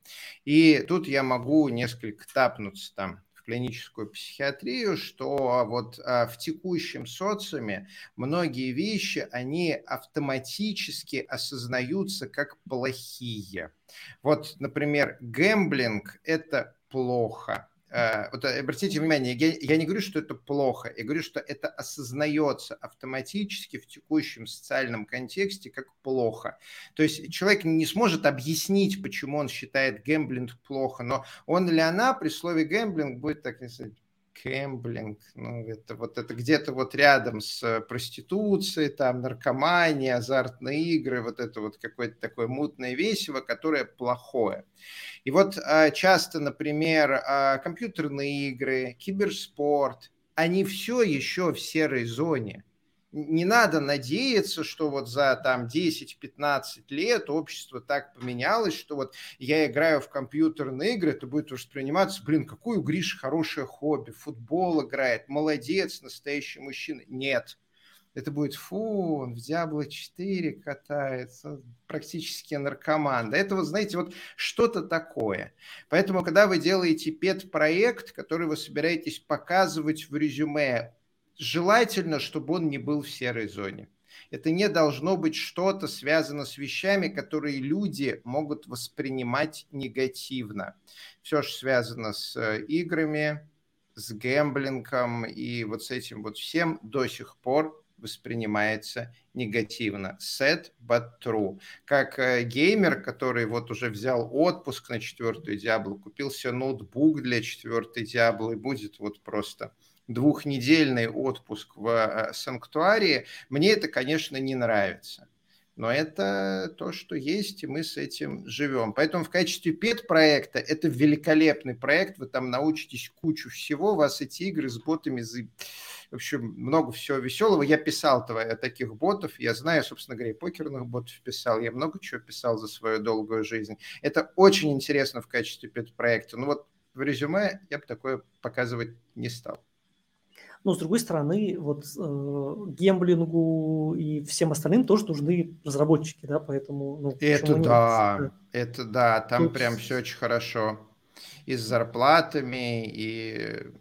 И тут я могу несколько тапнуться там в клиническую психиатрию, что вот а, в текущем социуме многие вещи, они автоматически осознаются как плохие. Вот, например, гэмблинг – это плохо. Вот обратите внимание, я, я не говорю, что это плохо, я говорю, что это осознается автоматически в текущем социальном контексте как плохо. То есть человек не сможет объяснить, почему он считает гэмблинг плохо, но он или она при слове гэмблинг будет так сказать, гэмблинг, ну это вот это где-то вот рядом с проституцией, там наркомания, азартные игры, вот это вот какое-то такое мутное весиво, которое плохое. И вот часто, например, компьютерные игры, киберспорт, они все еще в серой зоне. Не надо надеяться, что вот за там десять-пятнадцать лет общество так поменялось, что вот я играю в компьютерные игры, это будет восприниматься, блин, какое у Гриши хорошее хобби, футбол играет, молодец, настоящий мужчина. Нет. Это будет, фу, он в Диабло четыре катается, практически наркоман. Да это вот, знаете, вот что-то такое. Поэтому, когда вы делаете пет-проект, который вы собираетесь показывать в резюме, желательно, чтобы он не был в серой зоне. Это не должно быть что-то связано с вещами, которые люди могут воспринимать негативно. Все, что связано с играми, с гэмблингом и вот с этим вот всем до сих пор воспринимается негативно. Sad, but true. Как э, геймер, который вот уже взял отпуск на четвертую Диабло, купил себе ноутбук для четвертой Диабло и будет вот просто двухнедельный отпуск в э, Санктуарии, мне это, конечно, не нравится. Но это то, что есть, и мы с этим живем. Поэтому в качестве пет-проекта это великолепный проект. Вы там научитесь кучу всего. У вас эти игры с ботами... В общем, много всего веселого. Я писал таких ботов. Я знаю, собственно говоря, покерных ботов писал. Я много чего писал за свою долгую жизнь. Это очень интересно в качестве пет-проекта. Но вот в резюме я бы такое показывать не стал. Но, с другой стороны, вот э, гемблингу и всем остальным тоже нужны разработчики, да, поэтому... Ну, это да, нет? это да, там Тут... прям все очень хорошо. И с зарплатами, и...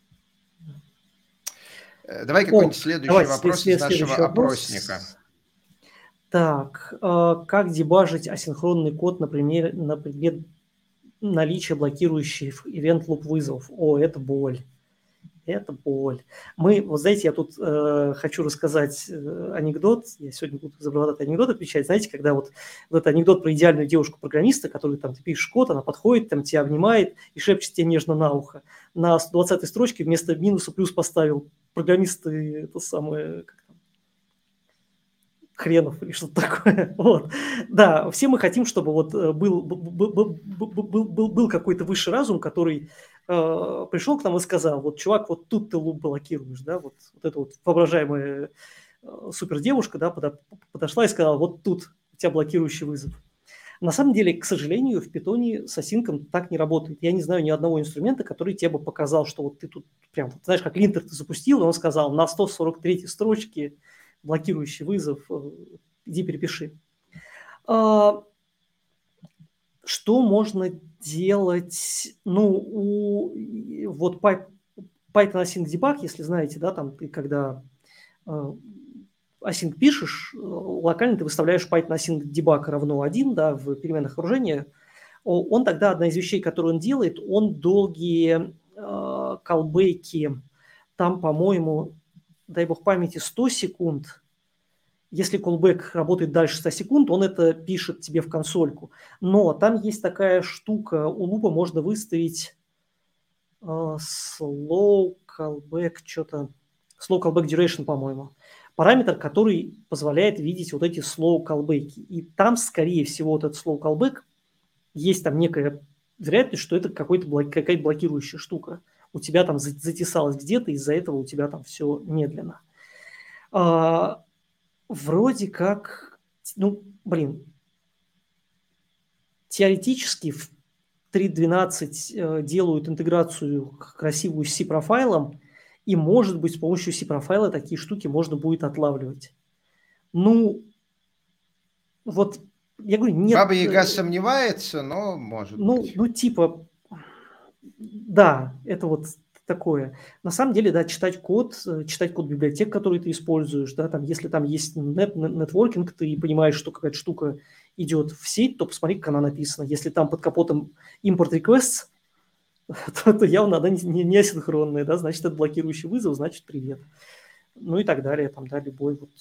Давай какой-нибудь О, следующий давай, вопрос след, из нашего опросника. Вопрос. Так, э, как дебажить асинхронный код, например, на предмет наличия блокирующих event-loop вызовов? О, это боль. Это боль. Мы, вот знаете, я тут э, хочу рассказать э, анекдот. Я сегодня буду изображать анекдот отвечать. Знаете, когда вот, вот этот анекдот про идеальную девушку-программиста, которую там ты пишешь код, она подходит, там тебя обнимает и шепчет тебе нежно на ухо. На сто двадцатой строчке вместо минуса плюс поставил. Программисты это самое... Как там? хренов или что-то такое. Вот. Да, все мы хотим, чтобы вот был, был, был, был, был, был какой-то высший разум, который э, пришел к нам и сказал, вот, чувак, вот тут ты луп блокируешь, да, вот, вот эта вот воображаемая э, супердевушка, да, подо, подошла и сказала, вот тут у тебя блокирующий вызов. На самом деле, к сожалению, в питоне с асинком так не работает. Я не знаю ни одного инструмента, который тебе бы показал, что вот ты тут прям, знаешь, как линтер ты запустил, и он сказал, на сто сорок третьей строчке блокирующий вызов, иди перепиши. А, что можно делать? Ну, у, вот Python Async Debug, если знаете, да, там ты когда async пишешь, локально ты выставляешь Python Async Debug равно один, да, в переменных окружения, он тогда, одна из вещей, которую он делает, он долгие э, колбеки, там, по-моему, дай бог памяти, сто секунд. Если callback работает дальше ста секунд, он это пишет тебе в консольку. Но там есть такая штука, у лупа можно выставить э, slow callback, что-то, slow callback duration, по-моему. Параметр, который позволяет видеть вот эти slow callback. И там, скорее всего, вот этот slow callback, есть там некая вероятность, что это какой-то блок, какая-то блокирующая штука. У тебя там затесалось где-то, из-за этого у тебя там все медленно. А, вроде как, ну, блин, теоретически в три точка двенадцать э, делают интеграцию красивую с C-профайлом, и, может быть, с помощью C-профайла такие штуки можно будет отлавливать. Ну, вот, я говорю, нет... Баба Яга сомневается, но может ну, быть. Ну, типа, да, это вот такое. На самом деле, да, читать код, читать код библиотек, которые ты используешь, да, там, если там есть нет, нетворкинг, ты понимаешь, что какая-то штука идет в сеть, то посмотри, как она написана. Если там под капотом import requests, то, то явно она не, не, не асинхронная, да, значит, это блокирующий вызов, значит, привет. Ну и так далее, там, да, любой вот...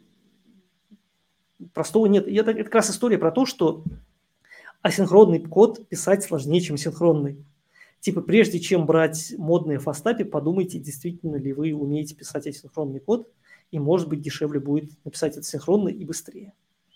Простого нет. И это, это как раз история про то, что асинхронный код писать сложнее, чем синхронный. Типа, прежде чем брать модные фастапи, подумайте, действительно ли вы умеете писать асинхронный код, и, может быть, дешевле будет написать это синхронно и быстрее.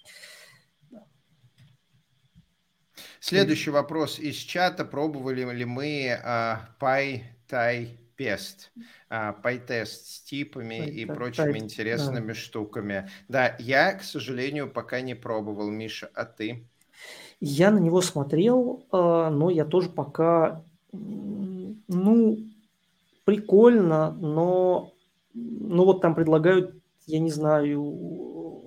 Следующий вопрос из чата. Пробовали ли мы uh, PyTypest, uh, PyTest с типами и прочими интересными штуками? Да, я, к сожалению, пока не пробовал. Миша, а ты? Я на него смотрел, но я тоже пока... Ну, прикольно, но... Ну, вот там предлагают, я не знаю...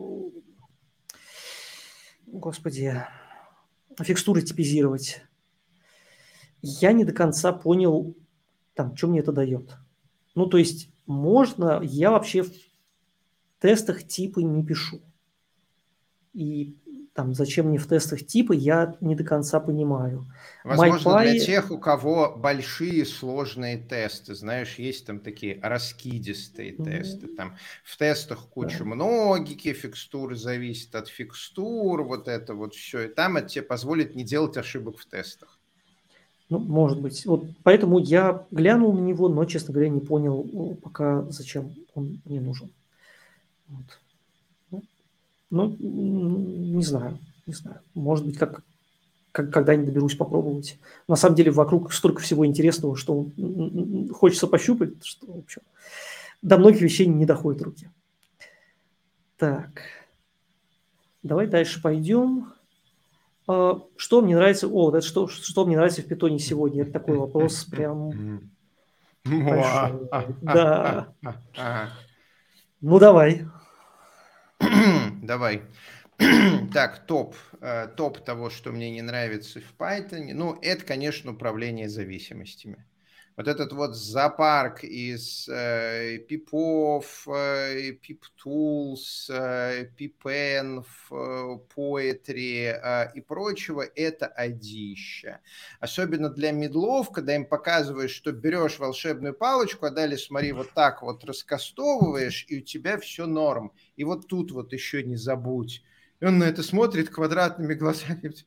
Господи... Фикстуры типизировать. Я не до конца понял, там, что мне это дает. Ну, то есть, можно... Я вообще в тестах типы не пишу. И там, зачем мне в тестах типы, я не до конца понимаю. Возможно, MyPy... для тех, у кого большие сложные тесты, знаешь, есть там такие раскидистые mm-hmm. тесты, там в тестах куча yeah. многики, фикстуры зависят от фикстур, вот это вот все, и там это тебе позволит не делать ошибок в тестах. Ну, может быть. Вот поэтому я глянул на него, но, честно говоря, не понял пока, зачем он мне нужен. Вот. Ну, не знаю, не знаю. Может быть, как, как когда-нибудь доберусь попробовать. На самом деле вокруг столько всего интересного, что хочется пощупать, что, в общем, до многих вещей не доходят руки. Так, давай дальше пойдем. Что мне нравится? О, это что, что мне нравится в питоне сегодня? Это такой вопрос прям большой. Да. Ну, давай. Давай. Так, топ. Топ того, что мне не нравится в Python. Ну, это, конечно, управление зависимостями. Вот этот вот зоопарк из э, пипов, э, пип-тулс, э, пипенв, э, поэтри э, и прочего, это одища. Особенно для мидлов, когда им показываешь, что берешь волшебную палочку, а далее, смотри, вот так вот раскастовываешь, и у тебя все норм. И вот тут вот еще не забудь. И он на это смотрит квадратными глазами.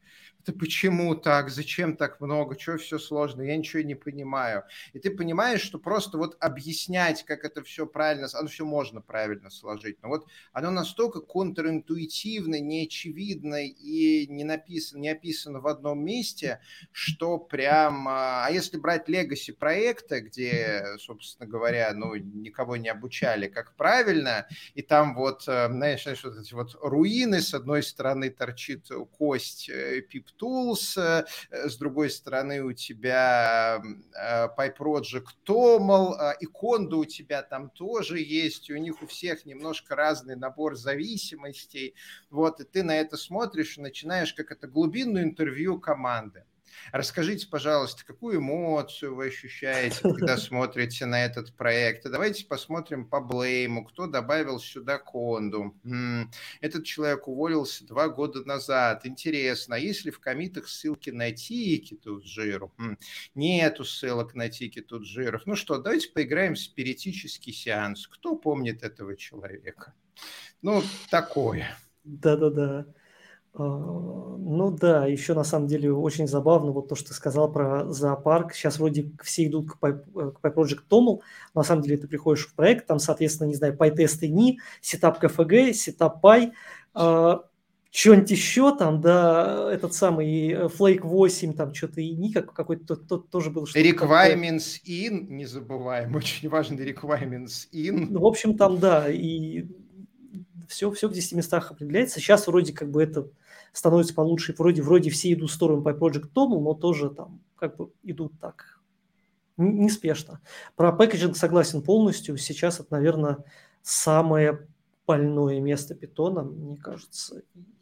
да почему так, зачем так много, что все сложно, я ничего не понимаю. И ты понимаешь, что просто вот объяснять, как это все правильно, оно все можно правильно сложить, но вот оно настолько контринтуитивно, неочевидно и не написано, не описано в одном месте, что прям... А если брать легаси проекта, где, собственно говоря, ну, никого не обучали, как правильно, и там вот, знаешь, знаешь вот эти вот руины, с одной стороны торчит кость PipTools, с другой стороны у тебя PyProject Toml, и Conda у тебя там тоже есть, и у них у всех немножко разный набор зависимостей, вот, и ты на это смотришь и начинаешь как это глубинное интервью команды. Расскажите, пожалуйста, какую эмоцию вы ощущаете, когда смотрите на этот проект? И давайте посмотрим по блейму, кто добавил сюда Конду. М-м, этот человек уволился два года назад. Интересно, а есть ли в коммитах ссылки на тики тут жиру? М-м, нету ссылок на тики тут жиров. Ну что, давайте поиграем в спиритический сеанс. Кто помнит этого человека? Ну, такое. Да-да-да. Ну да, еще на самом деле очень забавно вот то, что ты сказал про зоопарк. Сейчас вроде все идут к PyProject Toml, на самом деле ты приходишь в проект, там, соответственно, не знаю, PyTest и эн и, Setup кей эф джи, Setup Py, что-нибудь еще там, да, этот самый Flake восемь, там что-то и эн и как, какой-то тот, тоже был что-то Requirements in, не забываем, очень важный requirements in. Ну, в общем, там, да, и все, все в десяти местах определяется. Сейчас вроде как бы это становится получше. Вроде, вроде все идут в сторону PyProject Toml, но тоже там как бы идут так неспешно. Про пэкэджинг согласен полностью. Сейчас это, наверное, самое больное место питона, мне кажется.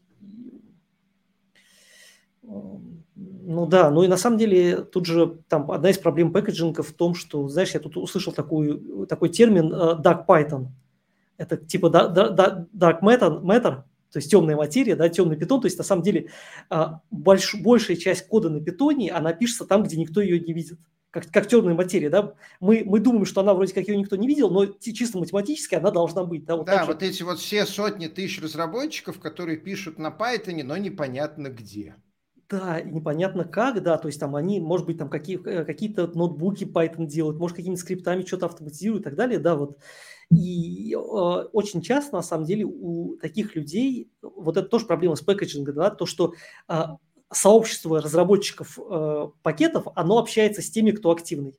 Ну да, ну и на самом деле тут же там одна из проблем пэкэджинга в том, что, знаешь, я тут услышал такую, такой термин uh, Dark Python. Это типа dark matter, matter, то есть темная материя, да, темный питон. То есть на самом деле больш, большая часть кода на питоне, она пишется там, где никто ее не видит. Как, как темная материя, да, мы, мы думаем, что она вроде как ее никто не видел, но чисто математически она должна быть. Да, вот, да, вот эти вот все сотни тысяч разработчиков, которые пишут на Python, но непонятно где. Да, непонятно как, да, то есть там они, может быть, там какие, какие-то ноутбуки Python делают, может, какими-то скриптами что-то автоматизируют и так далее, да, вот. И э, очень часто, на самом деле, у таких людей, вот это тоже проблема с пэкэджингом, да, то, что э, сообщество разработчиков э, пакетов, оно общается с теми, кто активный.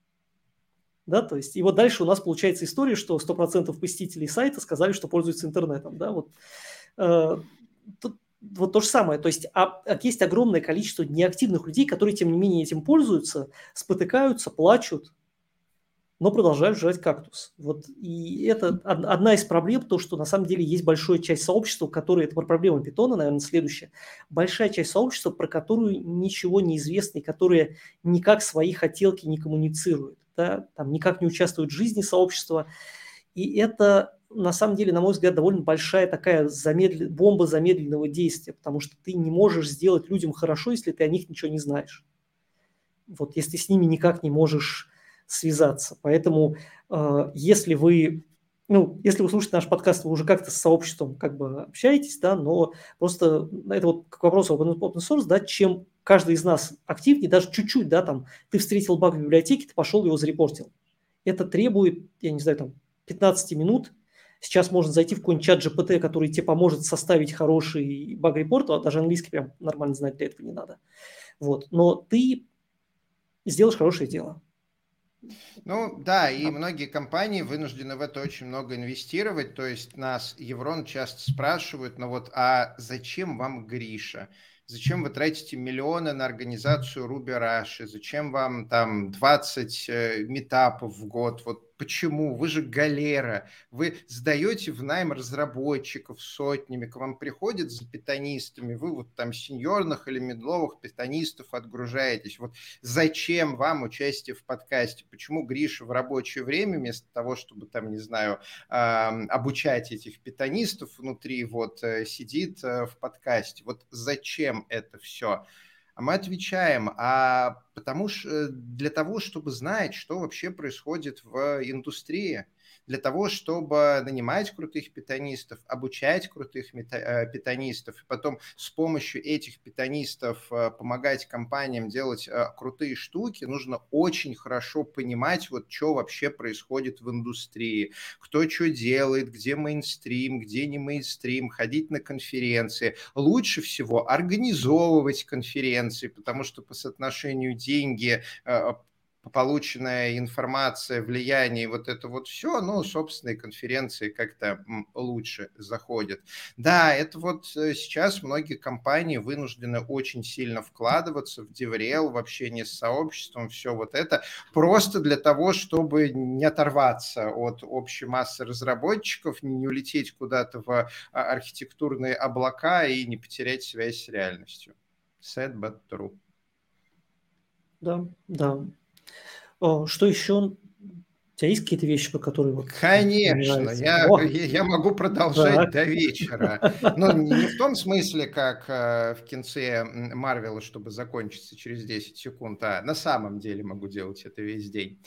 Да, то есть, и вот дальше у нас получается история, что сто процентов посетителей сайта сказали, что пользуются интернетом, да, вот. Э, тут Вот то же самое, то есть а, есть огромное количество неактивных людей, которые, тем не менее, этим пользуются, спотыкаются, плачут, но продолжают жрать кактус. Вот. И это одна из проблем, то, что на самом деле есть большая часть сообщества, которая, это проблема питона, наверное, следующая, большая часть сообщества, про которую ничего не известно, и которая никак свои хотелки не коммуницирует, да? Там никак не участвует в жизни сообщества. И это, на самом деле, на мой взгляд, довольно большая такая замедл... бомба замедленного действия, потому что ты не можешь сделать людям хорошо, если ты о них ничего не знаешь. Вот, если с ними никак не можешь связаться. Поэтому, э, если вы, ну, если вы слушаете наш подкаст, вы уже как-то с сообществом как бы общаетесь, да, но просто это вот к вопросу об open source, да, чем каждый из нас активнее, даже чуть-чуть, да, там, ты встретил баг в библиотеке, ты пошел его зарепортил. Это требует, я не знаю, там, пятнадцать минут. Сейчас можно зайти в какой-нибудь чат джи пи ти, который тебе поможет составить хороший баг-репорт, а даже английский прям нормально знать для этого не надо. Вот. Но ты сделаешь хорошее дело. Ну да, и многие компании вынуждены в это очень много инвестировать. То есть нас Еврон часто спрашивают, ну вот, а зачем вам Гриша? Зачем вы тратите миллионы на организацию Ruby Rush? Зачем вам там двадцать э, митапов в год? Вот почему? Вы же галера. Вы сдаете в найм разработчиков сотнями, к вам приходят за питонистами, вы вот там сеньорных или медловых питонистов отгружаетесь. Вот зачем вам участие в подкасте? Почему Гриша в рабочее время вместо того, чтобы там, не знаю, обучать этих питонистов внутри, вот сидит в подкасте? Вот зачем это все? А мы отвечаем, а потому что для того, чтобы знать, что вообще происходит в индустрии, для того, чтобы нанимать крутых питонистов, обучать крутых питонистов, и потом с помощью этих питонистов помогать компаниям делать крутые штуки, нужно очень хорошо понимать, вот что вообще происходит в индустрии, кто что делает, где мейнстрим, где не мейнстрим, ходить на конференции. Лучше всего организовывать конференции, потому что по соотношению деньги, полученная информация, влияние, вот это вот все, ну, собственные конференции как-то лучше заходят. Да, это вот сейчас многие компании вынуждены очень сильно вкладываться в DevRel, в общение с сообществом, все вот это, просто для того, чтобы не оторваться от общей массы разработчиков, не улететь куда-то в архитектурные облака и не потерять связь с реальностью. Sad but true. Да, да. Что еще? У тебя есть какие-то вещи, по которым вот Конечно, я, О! я могу продолжать Так. до вечера. Но не в том смысле, как в кинце Марвела, чтобы закончиться через десять секунд, а на самом деле могу делать это весь день.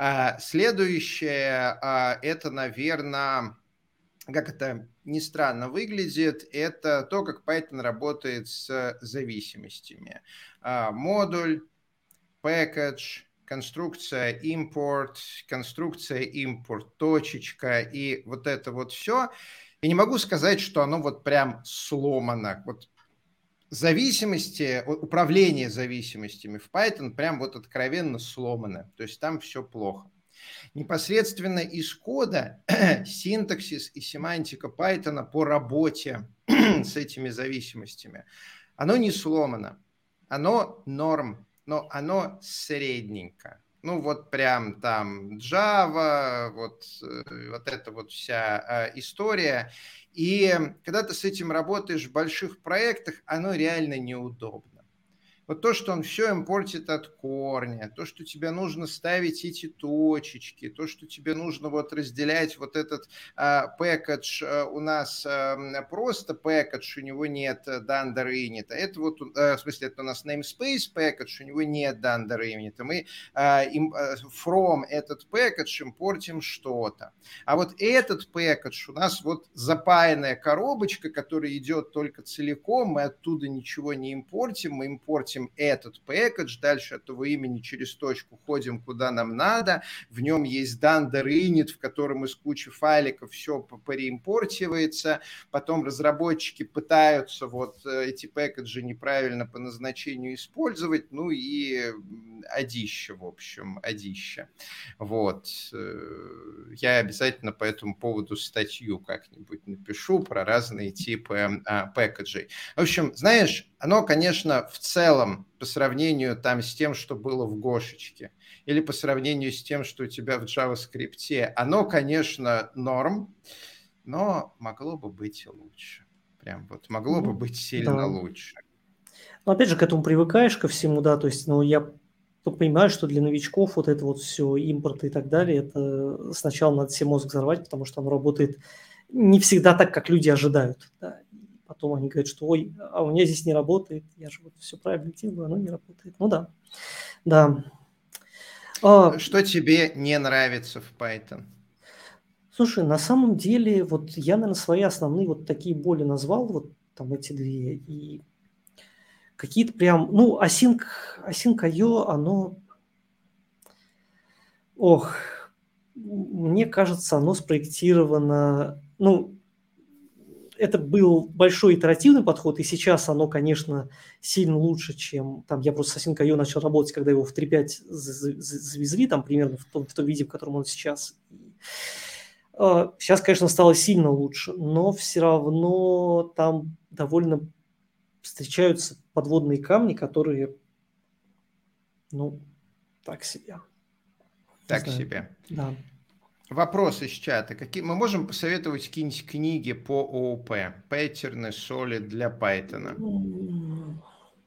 Следующее, это, наверное, как это ни странно выглядит, это то, как Python работает с зависимостями. Модуль, package, конструкция import, конструкция import, точечка и вот это вот все. И не могу сказать, что оно вот прям сломано. Вот зависимости, управление зависимостями в Python прям вот откровенно сломано. То есть там все плохо. Непосредственно из кода синтаксис и семантика Python по работе с этими зависимостями, оно не сломано. Оно норм. Но оно средненько. Ну, вот прям там Java, вот, вот эта вот вся э, история. И когда ты с этим работаешь в больших проектах, оно реально неудобно. Вот то, что он все импортит от корня, то, что тебе нужно ставить эти точечки, то, что тебе нужно вот разделять вот этот пэкэдж, а, у нас а, просто пэкэдж, у него нет dunder init, а это вот, а, в смысле, это у нас namespace пэкэдж, у него нет dunder init, мы а, им, а, from этот пэкэдж импортим что-то. А вот этот пэкэдж у нас вот запаянная коробочка, которая идет только целиком, мы оттуда ничего не импортим, мы импортим этот пэкэдж, дальше от этого имени через точку ходим куда нам надо, в нем есть dunder init, в котором из кучи файликов все переимпортивается, потом разработчики пытаются вот эти пэкэджи неправильно по назначению использовать, ну и одище, в общем, одище. Вот. Я обязательно по этому поводу статью как-нибудь напишу про разные типы а, пэкэджей. В общем, знаешь, оно, конечно, в целом по сравнению там с тем, что было в Гошечке, или по сравнению с тем, что у тебя в JavaScript, оно, конечно, норм, но могло бы быть лучше. Прям вот могло ну, бы быть сильно да. лучше. Но опять же, к этому привыкаешь ко всему, да, то есть, ну, я понимаю, что для новичков вот это вот все, импорт и так далее, это сначала надо себе мозг взорвать, потому что оно работает не всегда так, как люди ожидают, да. Потом они говорят, что ой, а у меня здесь не работает, я же вот все правильно делаю, оно не работает. Ну да, да. А, что тебе не нравится в Python? Слушай, на самом деле, вот я, наверное, свои основные вот такие боли назвал, вот там эти две, и какие-то прям, ну, async, async.io, оно, ох, мне кажется, оно спроектировано, ну, это был большой итеративный подход, и сейчас оно, конечно, сильно лучше, чем там я просто с async.io начал работать, когда его в три точка пять завезли, там примерно в том, в том виде, в котором он сейчас. Сейчас, конечно, стало сильно лучше, но все равно там довольно встречаются подводные камни, которые, ну, так себе. Так знаю. себе. Да. Вопрос из чата. Какие мы можем посоветовать какие-нибудь книги по ООП? Паттерны, соли для Python?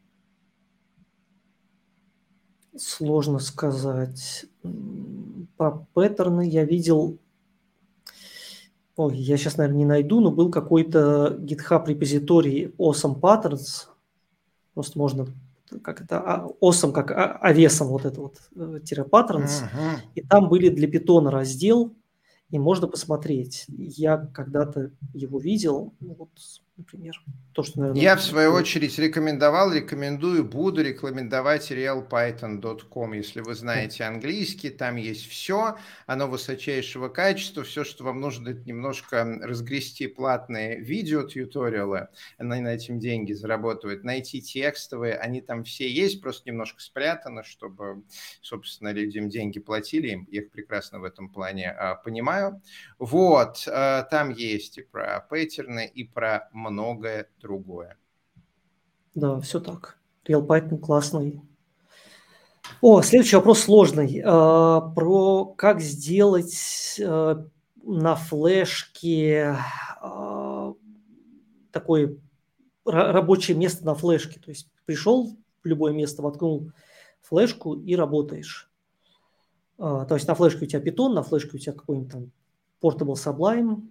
Сложно сказать. Про паттерны я видел... Ой, я сейчас, наверное, не найду, но был какой-то GitHub репозиторий Awesome Patterns. Просто можно... Как это? Awesome, как авесом вот это вот тире patterns. Uh-huh. И там были для питона раздел, и можно посмотреть. Я когда-то его видел, ну вот, например, то, что, наверное... Я, в свою очередь, рекомендовал, рекомендую, буду рекомендовать реал пайтон точка ком. Если вы знаете английский, там есть все, оно высочайшего качества. Все, что вам нужно, это немножко разгрести платные видео-тьюториалы, на этим деньги зарабатывать, найти текстовые, они там все есть, просто немножко спрятаны, чтобы, собственно, людям деньги платили, я их прекрасно в этом плане а, понимаю. Вот, а, там есть и про паттерны, и про многое другое. Да, все так. RealPython классный. О, следующий вопрос сложный. А, про как сделать а, на флешке а, такое рабочее место на флешке. То есть пришел в любое место, воткнул флешку и работаешь. А, то есть на флешке у тебя Python, на флешке у тебя какой-нибудь там Portable Sublime.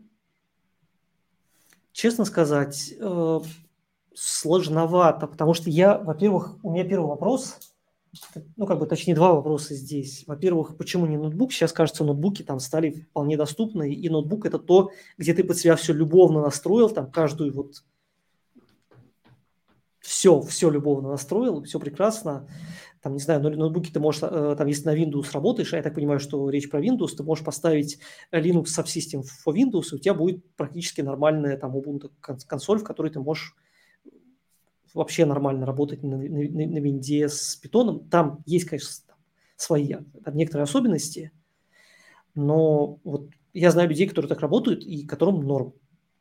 Честно сказать, э, сложновато, потому что я, во-первых, у меня первый вопрос, ну, как бы, точнее, два вопроса здесь. Во-первых, почему не ноутбук? Сейчас, кажется, ноутбуки там стали вполне доступны, и ноутбук – это то, где ты под себя все любовно настроил, там каждую вот все, все любовно настроил, все прекрасно. Там, не знаю, на ноутбуке ты можешь, э, там, если на Windows работаешь, а я так понимаю, что речь про Windows, ты можешь поставить Linux Subsystem for Windows, и у тебя будет практически нормальная там Ubuntu консоль, в которой ты можешь вообще нормально работать на, на, на, на винде с питоном. Там есть, конечно, там свои там некоторые особенности, но вот я знаю людей, которые так работают и которым норм.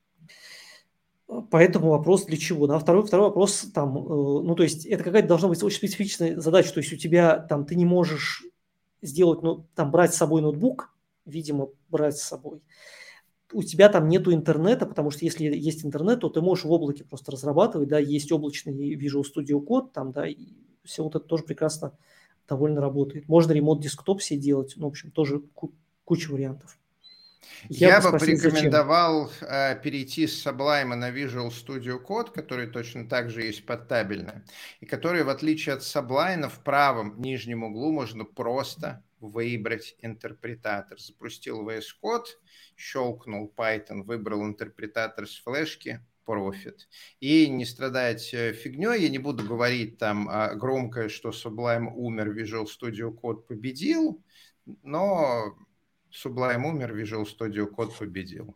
Поэтому вопрос для чего? Да? Второй, второй вопрос, там, э, ну, то есть это какая-то должна быть очень специфичная задача, то есть у тебя там ты не можешь сделать, ну, там, брать с собой ноутбук, видимо, брать с собой, у тебя там нету интернета, потому что если есть интернет, то ты можешь в облаке просто разрабатывать, да, есть облачный Visual Studio Code, там, да, и все вот это тоже прекрасно довольно работает. Можно ремонт десктоп себе делать, ну, в общем, тоже куча вариантов. Я, Я бы бы спросил, зачем. порекомендовал э, перейти с Sublime на Visual Studio Code, который точно так же есть подтабельно, и который, в отличие от Sublime, в правом нижнем углу можно просто выбрать интерпретатор. Запустил ви эс Code, щелкнул Python, выбрал интерпретатор с флешки, профит. И не страдать фигней, я не буду говорить там громко, что Sublime умер, Visual Studio Code победил, но... Sublime умер, Visual Studio Code победил.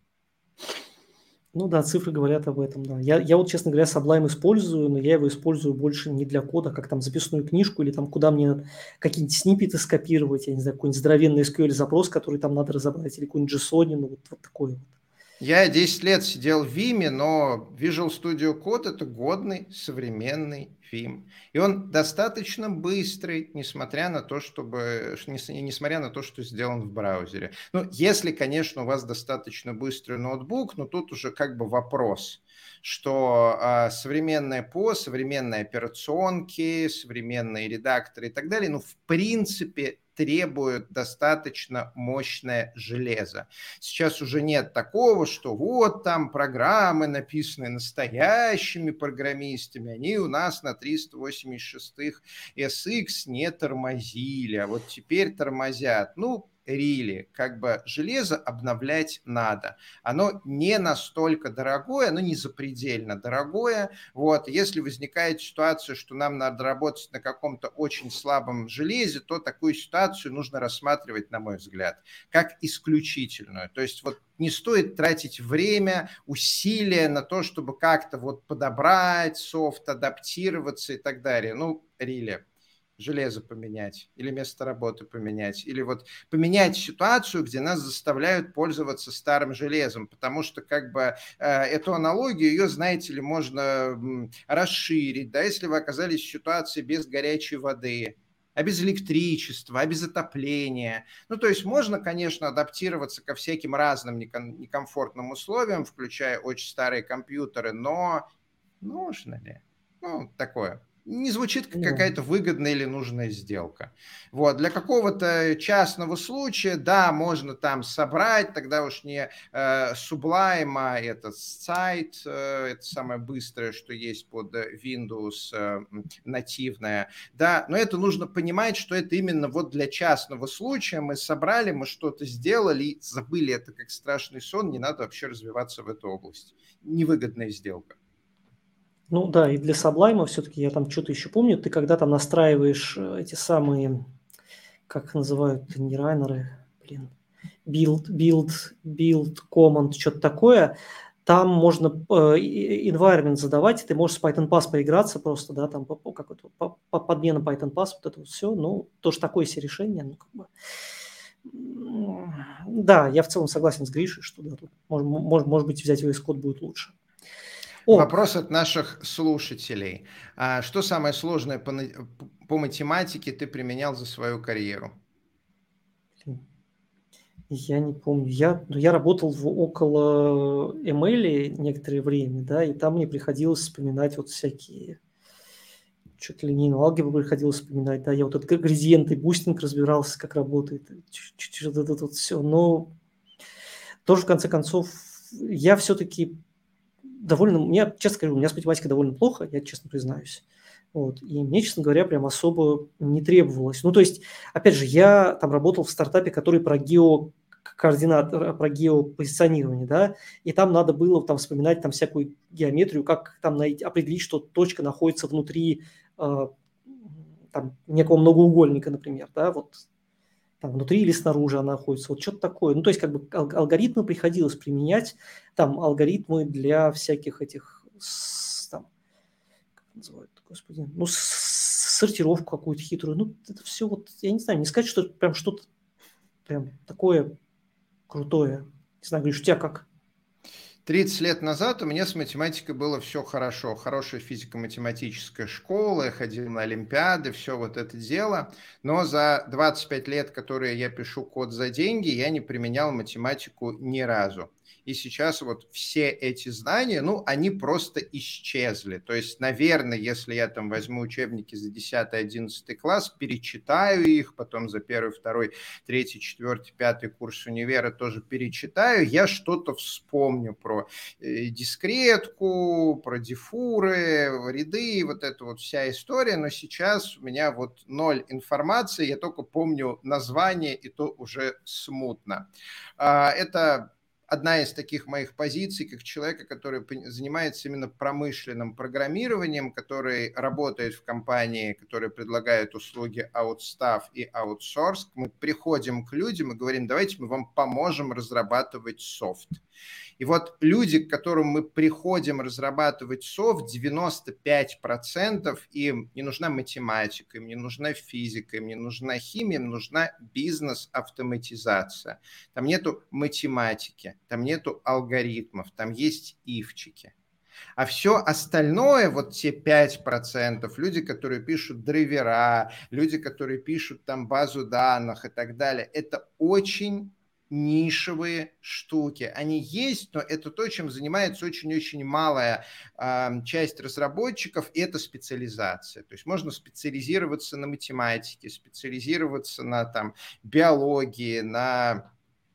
Ну да, цифры говорят об этом, да. Я, я вот, честно говоря, Sublime использую, но я его использую больше не для кода, как там записную книжку или там куда мне какие-нибудь сниппеты скопировать, я не знаю, какой-нибудь здоровенный эс кью эль-запрос, который там надо разобрать, или какой-нибудь JSON, ну вот, вот такой вот. Я десять лет сидел в Vim, но Visual Studio Code – это годный современный Vim. И он достаточно быстрый, несмотря на то, чтобы, несмотря на то, что сделан в браузере. Ну, если, конечно, у вас достаточно быстрый ноутбук, но тут уже как бы вопрос, что а, современное ПО, современные операционки, современные редакторы и так далее, ну, в принципе, требуют достаточно мощное железо. Сейчас уже нет такого, что вот там программы, написанные настоящими программистами, они у нас на триста восемьдесят шестых эс икс не тормозили, а вот теперь тормозят. Ну, Really, как бы железо обновлять надо. Оно не настолько дорогое, оно не запредельно дорогое. Вот. Если возникает ситуация, что нам надо работать на каком-то очень слабом железе, то такую ситуацию нужно рассматривать, на мой взгляд, как исключительную. То есть вот не стоит тратить время, усилия на то, чтобы как-то вот подобрать софт, адаптироваться и так далее. Ну, really. Железо поменять, или место работы поменять, или вот поменять ситуацию, где нас заставляют пользоваться старым железом, потому что как бы э, эту аналогию, ее, знаете ли, можно м, расширить, да, если вы оказались в ситуации без горячей воды, а без электричества, а без отопления. Ну, то есть можно, конечно, адаптироваться ко всяким разным неком- некомфортным условиям, включая очень старые компьютеры, но нужно ли? Ну, такое. Не звучит как Ну, какая-то выгодная или нужная сделка. Вот. Для какого-то частного случая, да, можно там собрать, тогда уж не э, Sublime, а этот сайт, э, это самое быстрое, что есть под Windows, э, нативное, да, но это нужно понимать, что это именно вот для частного случая мы собрали, мы что-то сделали и забыли это как страшный сон, не надо вообще развиваться в этой области. Невыгодная сделка. ну да, и для Sublime все-таки я там что-то еще помню, ты когда там настраиваешь э, эти самые, как их называют, не раннеры, блин, build, build, build command, что-то такое, там можно э, и- environment задавать, ты можешь с Python Pass поиграться просто, да, там по- по- как это, по- по- подмена Python Pass, вот это вот все, ну, тоже такое себе решение, ну, как бы. М, Да, я в целом согласен с Гришей, что да, тут может, может, может быть взять V S Code будет лучше. Ок, Вопрос от наших слушателей. А что самое сложное по, на- по математике ты применял за свою карьеру? я не помню. Я, ну, я работал в, около эм эл некоторое время, да, и там мне приходилось вспоминать вот всякие, что-то линейную алгебру приходилось вспоминать, да, я вот этот градиент и бустинг разбирался, как работает, чуть-чуть вот это вот все, но тоже, в конце концов, я все-таки довольно, у меня, честно скажу, у меня с математикой довольно плохо, я честно признаюсь. Вот. И мне, честно говоря, прям особо не требовалось. Ну, то есть, опять же, я там работал в стартапе, который про геокоординат, про геопозиционирование, да, и там надо было там вспоминать там всякую геометрию, как там найти, определить, что точка находится внутри э, там некого многоугольника, например, да, вот там внутри или снаружи она находится, вот что-то такое. Ну, то есть как бы ал- алгоритмы приходилось применять, там алгоритмы для всяких этих, с- там, как называют, господи, ну, с- сортировку какую-то хитрую. Ну, это все вот, я не знаю, не сказать, что это прям что-то прям такое крутое. Не знаю, говоришь, у тебя как? тридцать лет назад у меня с математикой было все хорошо. Хорошая физико-математическая школа, я ходил на олимпиады, все вот это дело. Но за двадцать пять лет, которые я пишу код за деньги, я не применял математику ни разу. И сейчас вот все эти знания, ну, они просто исчезли. То есть, наверное, если я там возьму учебники за десятый-одиннадцатый класс, перечитаю их, потом за первый, второй, третий, четвертый, пятый курс универа тоже перечитаю, я что-то вспомню про э, дискретку, про диффуры, ряды, вот эта вот вся история, но сейчас у меня вот ноль информации, я только помню название, и то уже смутно. А, Это одна из таких моих позиций, как человека, который занимается именно промышленным программированием, который работает в компании, которая предлагает услуги Outstaff и Outsource. Мы приходим к людям и говорим, давайте мы вам поможем разрабатывать софт. И вот люди, к которым мы приходим разрабатывать софт, девяносто пять процентов им не нужна математика, им не нужна физика, им не нужна химия, им нужна бизнес-автоматизация. Там нету математики, там нету алгоритмов, там есть ифчики. А все остальное, вот те пять процентов, люди, которые пишут драйвера, люди, которые пишут там базу данных и так далее, это очень нишевые штуки. Они есть, но это то, чем занимается очень-очень малая э, часть разработчиков, и это специализация. То есть можно специализироваться на математике, специализироваться на там, биологии, на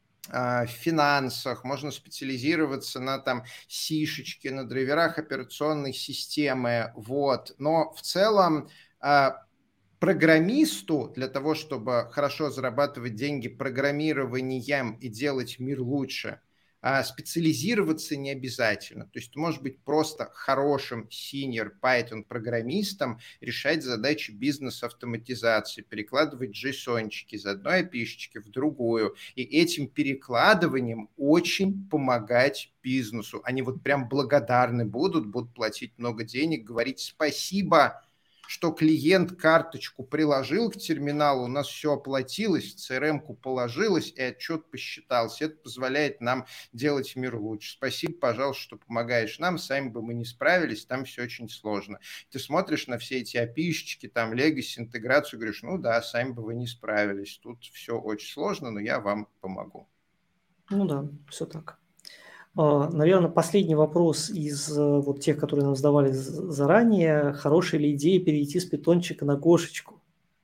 в финансах, можно специализироваться на там сишечке, на драйверах операционной системы, вот. Но в целом а, программисту для того, чтобы хорошо зарабатывать деньги программированием и делать мир лучше, а, специализироваться не обязательно. То есть ты можешь быть просто хорошим senior Python программистом, решать задачи бизнес-автоматизации, перекладывать джейсончики из одной эй пи ай-шечки в другую. И этим перекладыванием очень помогать бизнесу. Они вот прям благодарны будут, будут платить много денег, говорить спасибо, что клиент карточку приложил к терминалу, у нас все оплатилось, в си эр эм-ку положилось, и отчет посчитался. Это позволяет нам делать мир лучше. Спасибо, пожалуйста, что помогаешь нам, сами бы мы не справились, там все очень сложно. Ты смотришь на все эти эй пи ай-шечки, там, Legacy, интеграцию, говоришь, ну да, сами бы вы не справились, тут все очень сложно, но я вам помогу. Ну да, все так. Наверное, последний вопрос из вот тех, которые нам задавали заранее. Хорошая ли идея перейти с питончика на Гошечку?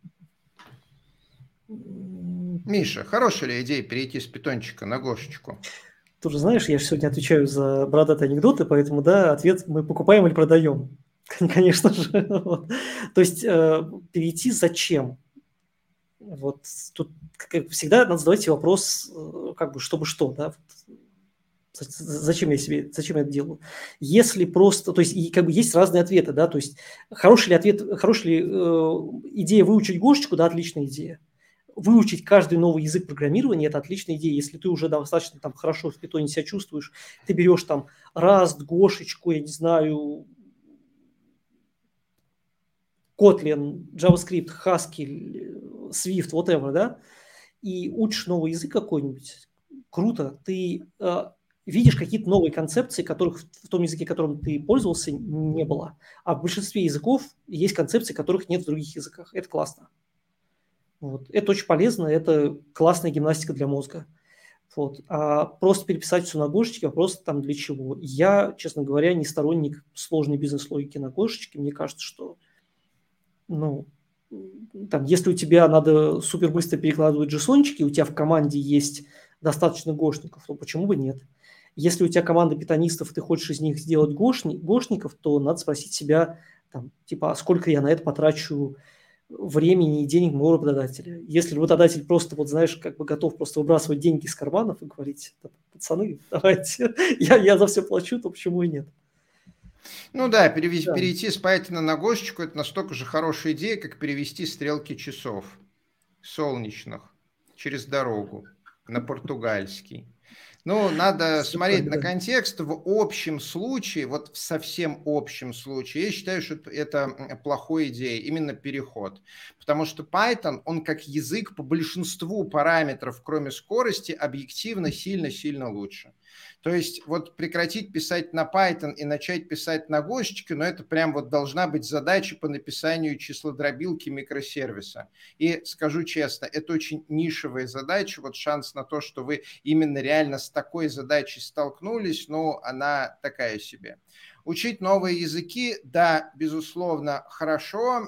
Миша, хорошая ли идея перейти с питончика на Гошечку? Ты же знаешь, я же сегодня отвечаю за бородатые анекдоты, поэтому, да, ответ мы покупаем или продаем. Конечно же. То есть перейти зачем? Вот тут, как всегда, надо задавать себе вопрос, как бы, чтобы что, да? Зачем я себе, зачем я это делаю? Если просто, то есть, и как бы есть разные ответы, да, то есть, хороший ли ответ, хорошая ли э, идея выучить Гошечку, да, отличная идея. Выучить каждый новый язык программирования – это отличная идея. Если ты уже достаточно там хорошо в питоне себя чувствуешь, ты берешь там Rust, Гошечку, я не знаю, Kotlin, JavaScript, Haskell, Swift, whatever, да, и учишь новый язык какой-нибудь, круто, ты э, видишь какие-то новые концепции, которых в том языке, которым ты пользовался, не было. А в большинстве языков есть концепции, которых нет в других языках. Это классно. Вот. Это очень полезно, это классная гимнастика для мозга. Вот. А просто переписать все на Гошечке, просто там для чего? Я, честно говоря, не сторонник сложной бизнес-логики на Гошечке. Мне кажется, что ну, там, если у тебя надо супер быстро перекладывать джейсончики, у тебя в команде есть достаточно гошников, то почему бы нет? Если у тебя команда питонистов, и ты хочешь из них сделать гошни, гошников, то надо спросить себя, там, типа, а сколько я на это потрачу времени и денег моего работодателя. Если работодатель просто, вот знаешь, как бы готов просто выбрасывать деньги из карманов и говорить, пацаны, давайте, я, я за все плачу, то почему и нет? Ну да, перевести, да. Перейти с Python на Гошечку – это настолько же хорошая идея, как перевести стрелки часов солнечных через дорогу на португальский. Ну, надо Все смотреть правильно. На контекст. В общем случае, вот в совсем общем случае, я считаю, что это плохая идея, именно переход. Потому что Python, он как язык по большинству параметров, кроме скорости, объективно сильно-сильно лучше. То есть вот прекратить писать на Python и начать писать на Гошечке, но это прям вот должна быть задача по написанию числодробилки микросервиса. И скажу честно, это очень нишевая задача. Вот шанс на то, что вы именно реально с такой задачей столкнулись, ну, она такая себе. Учить новые языки, да, безусловно, хорошо.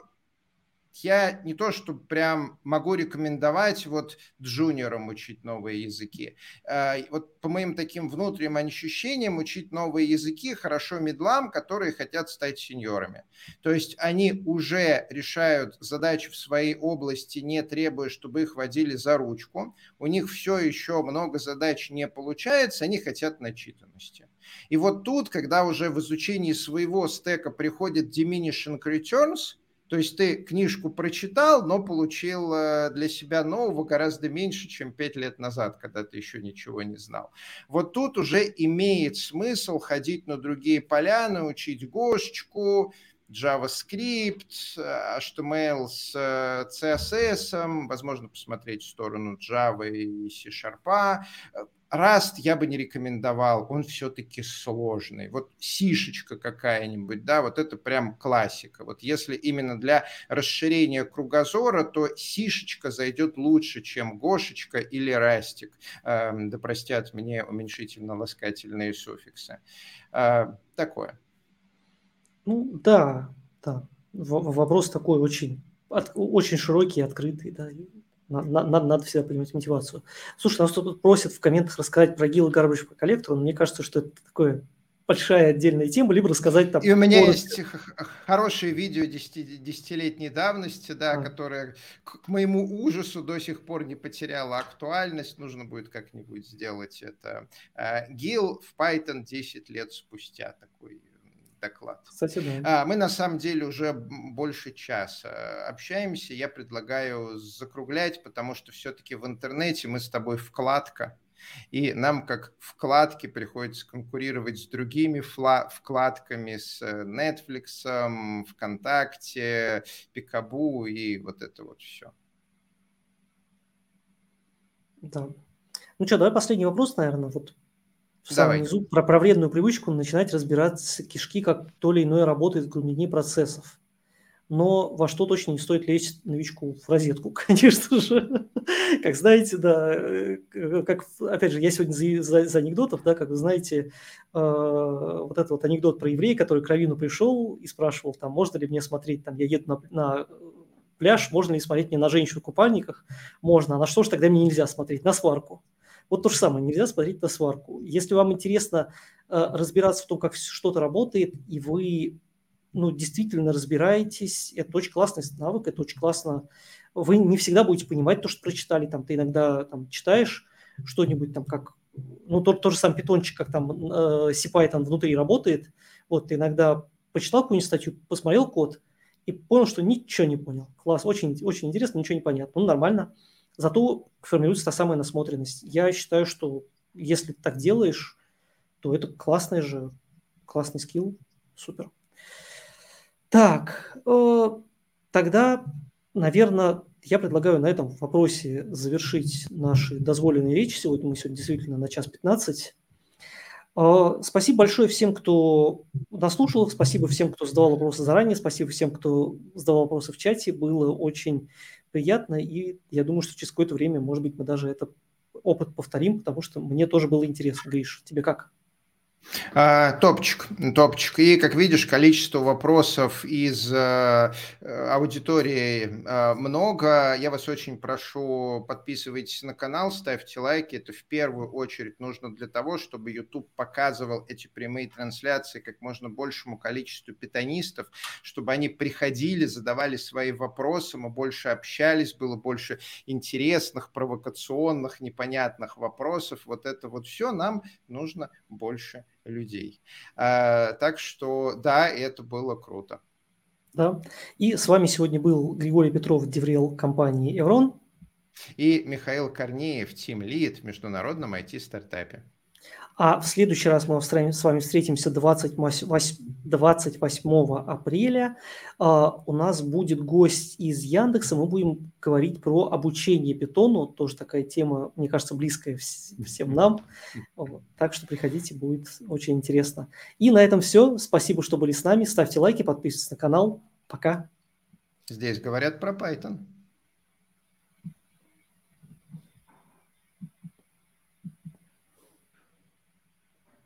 Я не то, что прям могу рекомендовать вот джуниорам учить новые языки. Вот по моим таким внутренним ощущениям учить новые языки хорошо мидлам, которые хотят стать сеньорами. То есть они уже решают задачи в своей области, не требуя, чтобы их водили за ручку. У них все еще много задач не получается, они хотят начитанности. И вот тут, когда уже в изучении своего стека приходит diminishing returns, то есть ты книжку прочитал, но получил для себя нового гораздо меньше, чем пять лет назад, когда ты еще ничего не знал. Вот тут уже имеет смысл ходить на другие поляны, учить Гошечку, JavaScript, эйч ти эм эл с си эс эс, возможно, посмотреть в сторону Java и C-Sharp. Rust я бы не рекомендовал, он все-таки сложный. Вот сишечка какая-нибудь, да, вот это прям классика. Вот если именно для расширения кругозора, то сишечка зайдет лучше, чем Гошечка или Растик. Э, да простят мне уменьшительно-ласкательные суффиксы. Э, такое. Ну, да, да. Вопрос такой очень, очень широкий, открытый, да. Надо, надо, надо всегда понимать мотивацию. Слушай, нас тут просят в комментах рассказать про Gil Garbage Collector, но мне кажется, что это такое большая отдельная тема, либо рассказать там... И у меня коротко. Есть хорошее видео десятилетней давности, да, а. которое, к моему ужасу, до сих пор не потеряло актуальность. Нужно будет как-нибудь сделать это. Gil в Python десять лет спустя, такой доклад. Кстати, да. Мы на самом деле уже больше часа общаемся. Я предлагаю закруглять, потому что все-таки в интернете мы с тобой вкладка, и нам как вкладке приходится конкурировать с другими вкладками, с Netflix, ВКонтакте, Пикабу и вот это вот все. Да. Ну что, давай последний вопрос, наверное, вот. В самом Давай. низу про, про вредную привычку начинать разбираться кишки, как то или иное работает в глубине процессов. но во что точно не стоит лезть новичку в розетку, конечно же. Как знаете, да, э, как, опять же, я сегодня за, за, за анекдотов, да, как вы знаете, э, вот этот вот анекдот про еврея, который к раввину пришел и спрашивал, там, можно ли мне смотреть, там, я еду на, на пляж, можно ли смотреть мне на женщину в купальниках? Можно. А на что же тогда мне нельзя смотреть? На сварку. Вот то же самое, нельзя смотреть на сварку. Если вам интересно э, разбираться в том, как что-то работает, и вы ну, действительно разбираетесь, это очень классный навык, это очень классно. Вы не всегда будете понимать то, что прочитали. Там, ты иногда там, читаешь что-нибудь, там, как, ну, тот, тот же сам питончик, как там э, сипай там внутри работает. Вот, ты иногда почитал какую-нибудь статью, посмотрел код и понял, что ничего не понял. Класс, очень, очень интересно, ничего не понятно. Ну, нормально. Зато формируется та самая насмотренность. Я считаю, что если ты так делаешь, то это классный же, классный скилл. Супер. Так, э, тогда, наверное, я предлагаю на этом вопросе завершить наши дозволенные речи. Сегодня мы сегодня действительно на час пятнадцать. Э, спасибо большое всем, кто дослушал. Спасибо всем, кто задавал вопросы заранее. Спасибо всем, кто задавал вопросы в чате. Было очень приятно. И я думаю, что через какое-то время, может быть, мы даже этот опыт повторим, потому что мне тоже было интересно. Гриш, тебе как? А, топчик, топчик. И, как видишь, количество вопросов из э, аудитории э, много. Я вас очень прошу, подписывайтесь на канал, ставьте лайки. Это в первую очередь нужно для того, чтобы YouTube показывал эти прямые трансляции как можно большему количеству питонистов, чтобы они приходили, задавали свои вопросы, мы больше общались, было больше интересных, провокационных, непонятных вопросов. Вот это вот все нам нужно больше людей. А, так что да, это было круто. Да. И с вами сегодня был Григорий Петров, деврел компании Evron. И Михаил Корнеев, тим-лид в международном ай ти-стартапе. А в следующий раз мы с вами встретимся двадцать восьмого апреля. У нас будет гость из Яндекса. Мы будем говорить про обучение питону. Тоже такая тема, мне кажется, близкая всем нам. Так что приходите, будет очень интересно. И на этом все. Спасибо, что были с нами. Ставьте лайки, подписывайтесь на канал. Пока. Здесь говорят про Python.